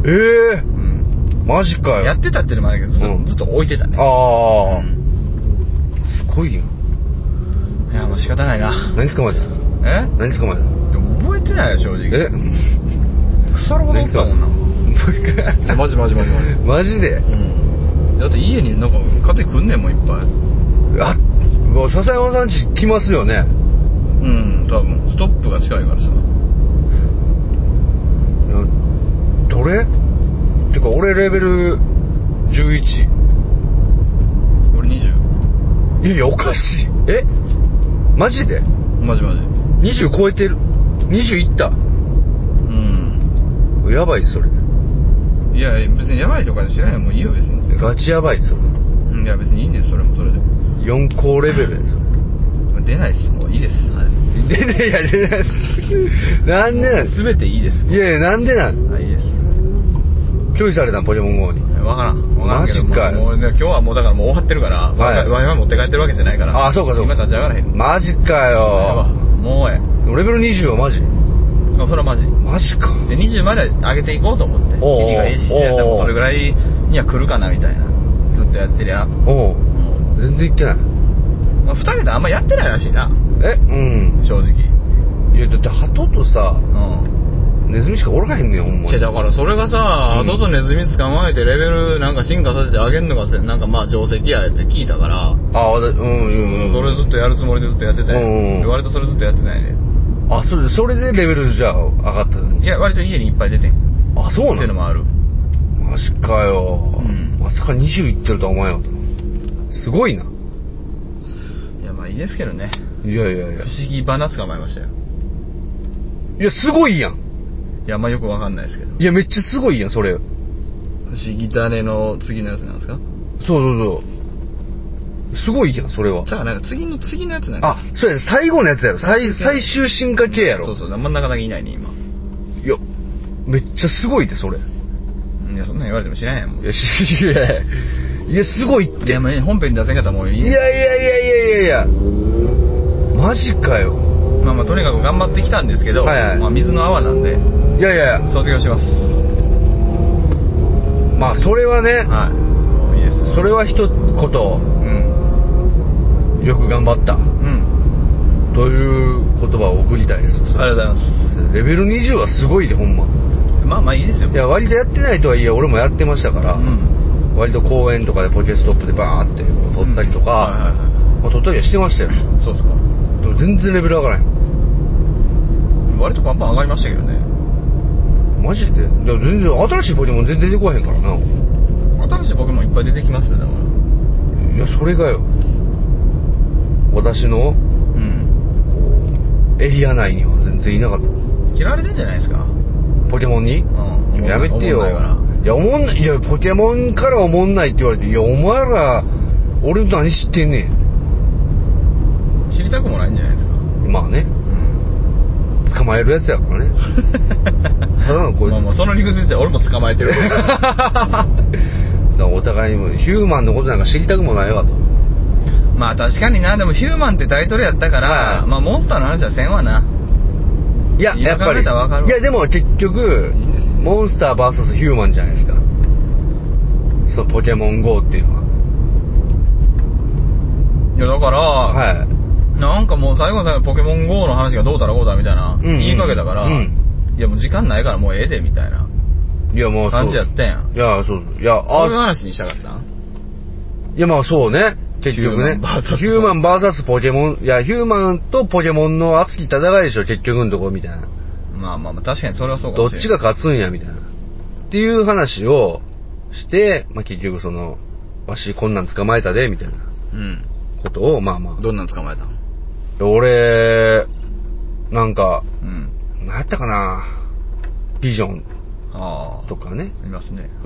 B: マジかよ。
A: やってたっていうのもあるけどずっと置いてたね。
B: すごいよ。
A: いやもう仕方ないな。
B: 何ですかマジ。
F: 何捕まえた？
A: 覚えてないよ正直。腐るほどおったもんな。マジ
F: マジで？
A: だって家になんか勝手に来んねんもんいっぱい。
F: 笹山さんち来ますよね。
A: 多分ストップが近いからさ。
F: どれ？てか俺レベル11。
A: 俺20。
F: いやおかしい。マジで？
A: マジ
F: 20超えてる。20いった。やばいそれ。
A: いや別にやばいとか知らないもういいよ別に。
F: ガチやばいそれ。
A: いや別にいいんですそれもそれで。
F: 4高レベルです。
A: 出ないですもういいです。
F: 出ないです。なんでなん？
A: 全ていいです。
F: いやなんでなん？
A: いいです。
F: 拒否されたんポケモン GO に。
A: わからん
F: マジかよ。
A: もう今日はもうだからもう終わってるから、Wi-Fi 持って帰ってるわけじゃないから。
F: そうか
A: 今立ち上がらへん。
F: マジかよ。
A: もうレ
F: ベル20はマジ？
A: それはマジか。で20まで上げていこうと思って。君が AC やったらもうそれぐらいには来るかなみたいな。ずっとやってりゃ。
F: 全然いってない。
A: 2桁あんまやってないらしいな。正直。
F: いやだって鳩とさ、ネズミしかおらへんねんほんまに。
A: だからそれがさ、鳩とネズミ捕まえてレベルなんか進化させてあげるのがなんかまあ定石やって聞いたから。
F: それ
A: ずっとやるつもりでずっとやってたよ。割とそれずっとやってないね。
F: それでレベルじゃあ上がったん？
A: いや割と家にいっぱい出てん。
F: そうなの？
A: っていうのもある。
F: マジかよ。まさか20いってるとは思わなかった。すごいな。
A: いやまあいいですけどね。
F: いや
A: 不思議花捕まえましたよ。
F: いやすごいやん。
A: いやまあよくわかんないですけど。
F: いやめっちゃすごいやんそれ。
A: 不思議種の次のやつなんですか？
F: そうすごいやんそれは。
A: さあなんか次のやつなん
F: か。そうや最後のやつやろ。最終進化系やろ。
A: そう真ん中だけいないね今。
F: いやめっちゃすごいってそれ。
A: いやそんなん言われても知らんやんもん。いや
F: すごいって。
A: いや本編に出せんかったらもういい。
F: いやマジかよ。
A: まあとにかく頑張ってきたんですけど、まあ水の泡なんで。
F: いや
A: 卒業します。
F: まあそれはね。
A: もういいです。
F: それは一言。よく頑張った。という言葉を送りたいです。
A: ありがとうございます。
F: レベル20はすごいでほんま。
A: まあいいですよ。
F: いや割とやってないとはいえ俺もやってましたから。割と公園とかでポケストップでバーって撮ったりとか、撮ったりはしてましたよ。
A: そうっすか。
F: でも全然レベル上がらへん。
A: 割とパンパン上がりましたけどね。
F: マジで？いや全然新しいポケモン全然出てこへんからな。
A: 新しいポケモンいっぱい出てきますよだから。
F: いやそれがよ。私のエリア内には全然いなかった。
A: 嫌われてんじゃないですか。
F: ポケモンに？やめてよ。いや思んない。いやポケモンから思んないって言われて、いやお前ら俺の何知ってんね
A: ん。知りたくもないんじゃないですか。
F: まあね。捕まえるやつやからね。ただのこいつ。
A: まあその理屈で俺も捕まえてる。
F: お互いにヒューマンのことなんか知りたくもないわと。
A: まあ確かにな。でもヒューマンってタイトルやったから、まあモンスターの話はせんわな。
F: いややっぱり。いやでも結局モンスター VS ヒューマンじゃないですか。そうポケモン GO っていうのは。
A: いやだからなんかもう最後の最後ポケモン GO の話がどうたらこうだみたいな言いかけたから、いやもう時間ないからもうええでみたいな。いやもう感じやったやん。いやそういう話にしたかったん。
F: いやまあそうね。結局ね。ヒューマン VS ポケモン。いやヒューマンとポケモンの熱き戦いでしょ結局のところみたいな。
A: まあ確かにそれはそうかもしれない。
F: どっちが勝つんやみたいなっていう話をして、まあ結局そのわしこんなん捕まえたでみたいなことをまあ
A: どんなん捕まえたん。
F: 俺なんか何やったかな、ビジョンとかね。
A: いますね。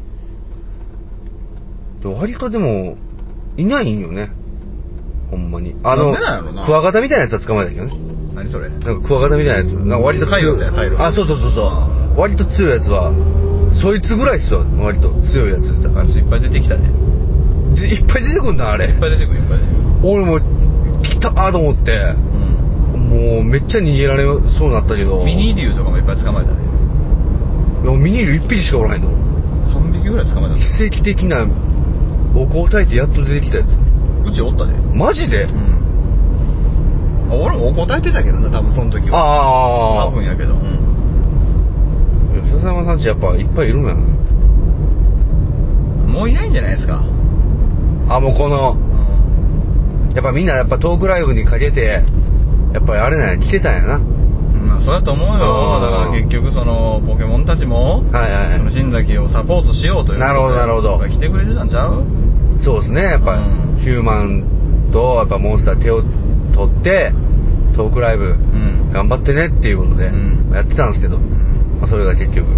F: 割とでもいないんよねほんまに。
A: なんでなんやろな。
F: クワガタみたいなやつは捕まえたけどね。
A: 何それ。
F: なんかクワガタみたいなやつなんか割と
A: 強い。そう
F: 割と強いやつはそいつぐらいっすわ。割と強いやつだから。
A: いっぱい出てきたね。
F: いっぱい出てくんだあれ。
A: いっぱい出てくる。
F: 俺も来たーと思って、もうめっちゃ逃げられそうになったけど。
A: ミニ竜とかもいっぱい捕まえたね。
F: いやミニ竜1匹しかおらへんの。
A: 3匹ぐらい捕まえた。
F: 奇跡的なお香を焚いてやっと出てきたやつ。
A: うちおったで。
F: マジで？
A: 俺も答えてたけどな、多分その時は。
F: ああ。
A: 多分やけど。
F: 笹山さんちやっぱいっぱいいるんやな。
A: もういないんじゃないですか。
F: もうこの、やっぱみんなやっぱトークライブにかけて、やっぱりあれなんや、来てたんやな。
A: まあそうやと思うよ。だから結局そのポケモンたちも、その新崎をサポートしようという。
F: なるほどなるほど。
A: 来てくれてたんちゃう？
F: そうですね、やっぱ、ヒューマンとやっぱモンスター手を取ってトークライブ頑張ってねっていうことでやってたんですけど、それが結局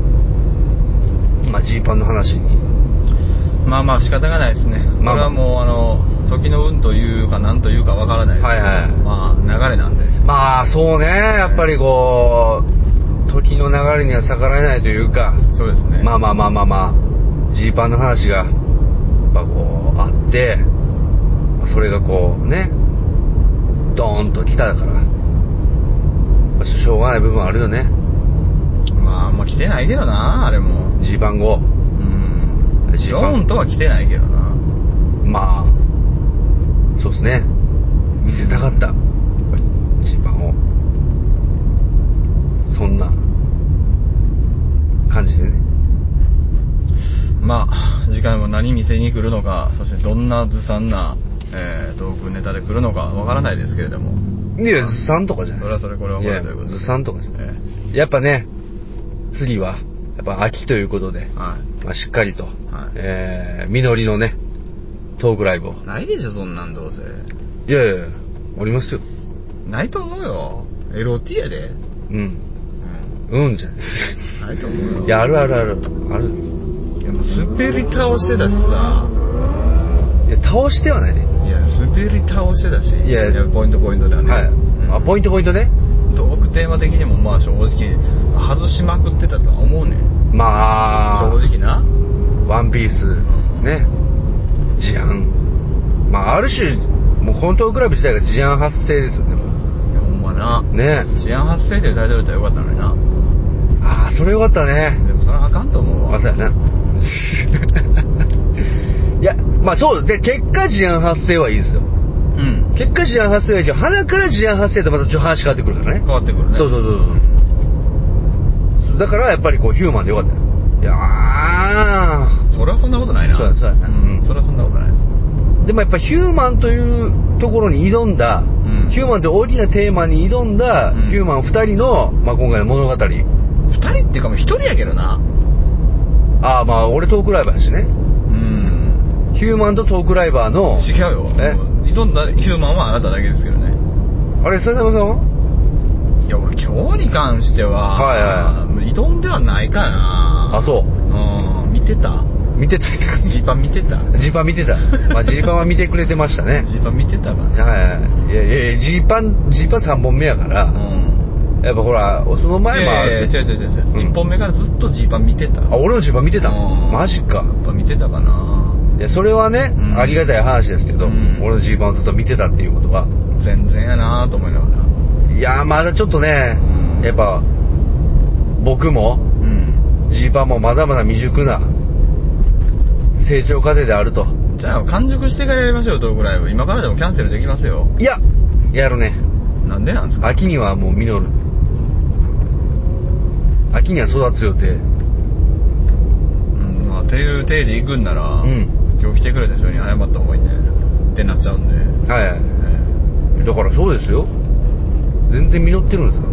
F: ジーパンの話に。
A: まあ仕方がないですね。これはもう時の運というか何というかわからないですけど、まあ流れなんで。
F: まあそうね、やっぱりこう時の流れには逆らえないというか。
A: そうですね。
F: まあジーパンの話がやっぱこうあって、それがこうねドーンと来たから、しょうがない部分あるよね。
A: まあ来てないけどな、あれも
F: ジーパン後
A: ジョーンとは来てないけどな。
F: まあそうですね、見せたかったジーパンを、そんな感じでね。
A: まあ次回も何見せに来るのか、そしてどんなずさんな、トークネタで来るのかわからないですけれども。
F: いや、ずさんとかじゃない。
A: それはそれ、これはこれということで。
F: ずさんとかじゃない。やっぱね、次はやっぱ秋ということで、しっかりと、実りのねトークライブを。
A: ないでしょそんなん、どうせ。
F: いやありますよ。
A: ないと思うよ。LOT やで。
F: うんじゃない
A: ないと思うよ。
F: いや、ある。いや、
A: もう滑り倒してたしさ。
F: いや、倒してはないね。
A: いや、滑り倒してたし。
F: いや
A: ポイントではね。
F: ポイントね。
A: トークテーマ的にもまあ正直外しまくってたとは思うねん。
F: まあ
A: 正直な。
F: ワンピースね、事案、ある種もうこのトークライブ自体が事案発生ですよね。
A: ほんまな
F: ね、
A: 事案発生というタイトルだったらよかったのにな。
F: それよかったね。
A: でもそれはあかんと思うわ。
F: そうやな。いや、そうで、結果事案発生はいいですよ。結果事案発生はいいけど、鼻から事案発生とまたちょっと話変わってくるからね。
A: 変わってくるね。
F: そうだからやっぱりこうヒューマンでよかったよ。いや
A: それはそんなことないな。
F: そうやな。
A: それはそんなことない。
F: でもやっぱヒューマンというところに挑んだ、ヒューマンという大きなテーマに挑んだ、ヒューマン2人の、今回の物語。2人
A: っていうかもう1人やけどな。
F: 俺トークライバーやしね。ヒューマンとトークライバーの。
A: 違うよ。挑んだヒューマンはあなただけですけどね。
F: あれ、笹山さんは？
A: いや、俺今日に関しては、挑んではないかな。
F: そう。
A: 見てた。ジーパン見てた。
F: ジーパンは見てくれてましたね。
A: ジーパン見てたかな。
F: いやジーパン3本目やから、やっぱほらその前も
A: 違う1本目からずっとジーパン見てた。
F: 俺のジーパン見てた。マジか。
A: やっぱ見てたかな。
F: いや、それはね、ありがたい話ですけど、俺のジーパンをずっと見てたっていうことは
A: 全然やなと思いながら。
F: いや、まだちょっとね、やっぱ僕もジーパンもまだまだ未熟な成長過程であると。
A: じゃあ完熟してからやりましょう、トークライブ。今からでもキャンセルできますよ。
F: いや、やるね。
A: なんでなんですか？
F: 秋にはもう実る。秋には育つ予定。
A: っていう体で行くんなら、今日来てくれた人に謝った方がいいんじゃないですかってなっちゃうんで。
F: だからそうですよ。全然実ってるんです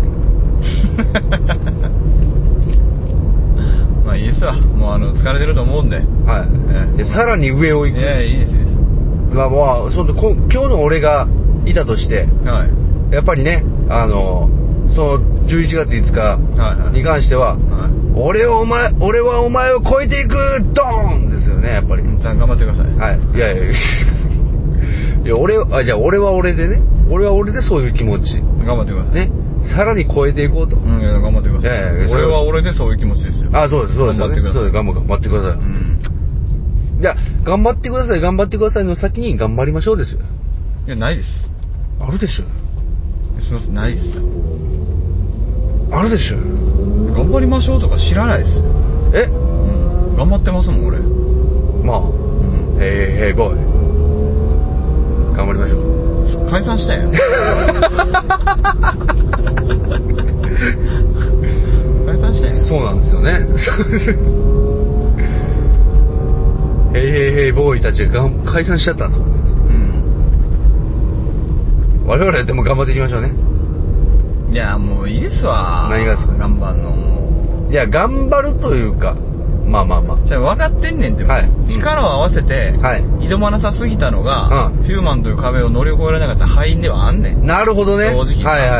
F: から。
A: いいですわ。もう疲れてると思うんで。
F: さらに上を行く。
A: いや、いいです。
F: 今日の俺がいたとして、やっぱりね、その11月5日に関しては、俺はお前を超えていくドーンですよね、やっぱり。
A: 頑張ってください。
F: いや俺は俺でね、俺は俺でそういう気持ち。
A: 頑張ってください。
F: ね、さらに超えていこうと。
A: 頑張ってください。俺は俺でそういう気持ちですよ。
F: そうです。頑張ってください。頑張ってください。いや、頑張ってくださいの先に頑張りましょうですよ。
A: いや、ないです。
F: あるでしょ。
A: すみません、ないです。
F: あるでしょ。
A: 頑張りましょうとか知らないです。頑張ってますもん、俺。
F: ヘイボーイ。頑張りましょう。
A: 解散したやん。解散したやん。
F: そうなんですよね。ヘイヘイヘイボーイたちが解散しちゃったんですよ。我々でも頑張っていきましょうね。
A: いやもういいですわ。
F: 何がですか。
A: 頑張んのも
F: う。いや頑張るというか、まあ。
A: じゃあ分かってんねんって、はい、力を合わせて、はい、挑まなさすぎたのが、ヒューマンという壁を乗り越えられなかった敗因ではあんねん。
F: なるほどね。
A: 正直。はい。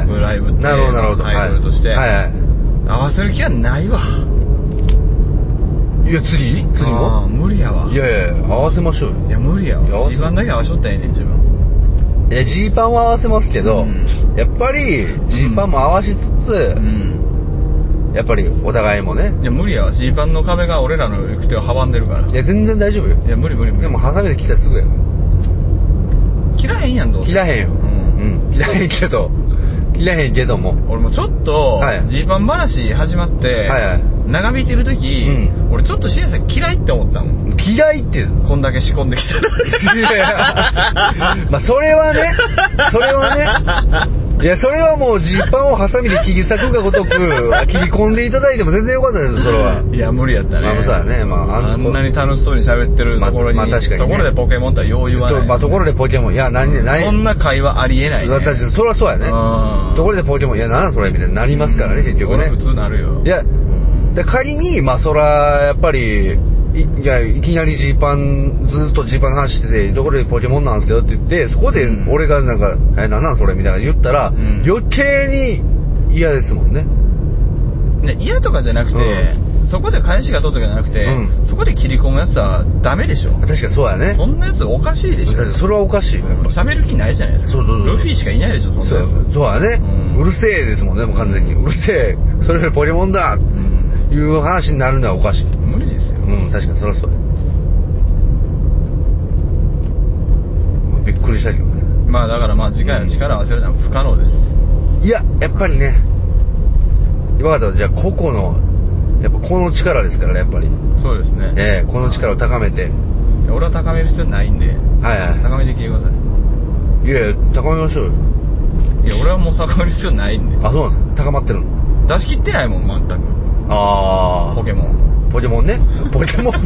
A: トップライブってタイトルとして、合わせる気はないわ。
F: いや次も
A: 無理やわ。
F: いや合わせましょうよ。
A: いや無理やわ。ジーパンだけ合わしとったらええねん自分。
F: いやジーパンは合わせますけど、やっぱりジーパンも合わしつつ、やっぱりお互いもね。
A: いや無理やわ。ジーパンの壁が俺らの行く手を阻んでるから。
F: いや全然大丈夫よ。
A: いや無理。
F: でもハサミで切ったらすぐや。
A: 切らへんやんどうせ。
F: 切らへんよ。切らへんけども。
A: 俺もちょっとジーパン話始まって、長引いてる時、俺ちょっとシエさん嫌いって思ったもん。
F: 嫌いって
A: こんだけ仕込んできた
F: まあそれはねいやそれはもうジーパンをハサミで切り裂くがごとく切り込んでいただいても全然よかったですそれは。
A: いや無理やったね。
F: まあそうだね。
A: あんなに楽しそうに喋ってるところに、
F: 確かにね、
A: ところでポケモンとはよう言わない。
F: ところでポケモンいや何
A: そんな会話ありえないね。
F: 私それはそうやね。ところでポケモンいやなんそれみたいになりますからね結局ね。
A: 普通なるよ。
F: いやで仮にそらやっぱりいきなりジーパンずっとジーパンの話しててところでポケモンなんですよって言ってそこで俺がなんかなんなんそれみたいな言ったら、余計に嫌ですもんね。
A: 嫌とかじゃなくて、そこで返しが取ったじゃなくて、そこで切り込むやつはダメでしょ。
F: 確かにそうやね。
A: そんなやつおかしいでしょ。
F: それはおかしい。
A: 喋る気ないじゃないですか。ルフィしかいないでしょそんなやつ。
F: そうやね。うるせえですもんねもう完全に。うるせえそれよりポケモンだいう話になるのはおかしい。
A: 無理ですよ。
F: 確かにそりゃそうや。びっくりしたけどね。
A: だから次回は力を合わせるのは不可能です。
F: いややっぱりね。今方じゃあ個々のやっぱこの力ですからねやっぱり。
A: そうですね。
F: この力を高めて。
A: 俺は高める必要ないんで。高めてきてください。
F: いや高めましょうよ。
A: いや俺はもう高める必要ないんで。
F: あそうなんですか。高まってるの。
A: 出し切ってないもん全く。ポケモンね。ポケモン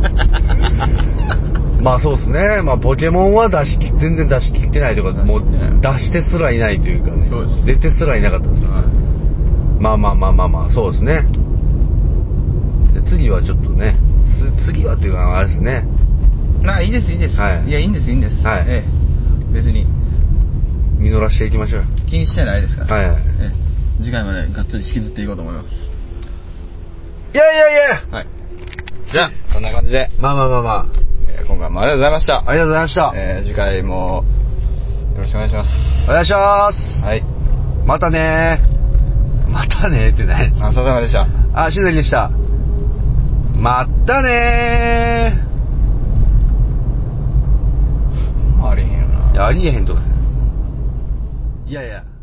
A: そうですね。ポケモンは全然出し切ってないというかもう出してすらいないというかね。 そうです。
F: 出てすらいなかったです。そうですね。で次はちょっとね次はというかあれですね。
A: いいです。いやいいんです。別に
F: 実らしていきましょう。
A: 気にしてないですから。次回までがっつり引きずっていこうと思います。
F: いや。
A: はい。じゃあそんな感じで。
F: 今回
A: もありがとうございました。
F: ありがとうございました。
A: 次回もよろしくお願いします。
F: お願いします。
A: はい。
F: またねってね。
A: 笹山でした。
F: しずりでした。またね
A: ありえへんよな。
F: ありえへんとか。いや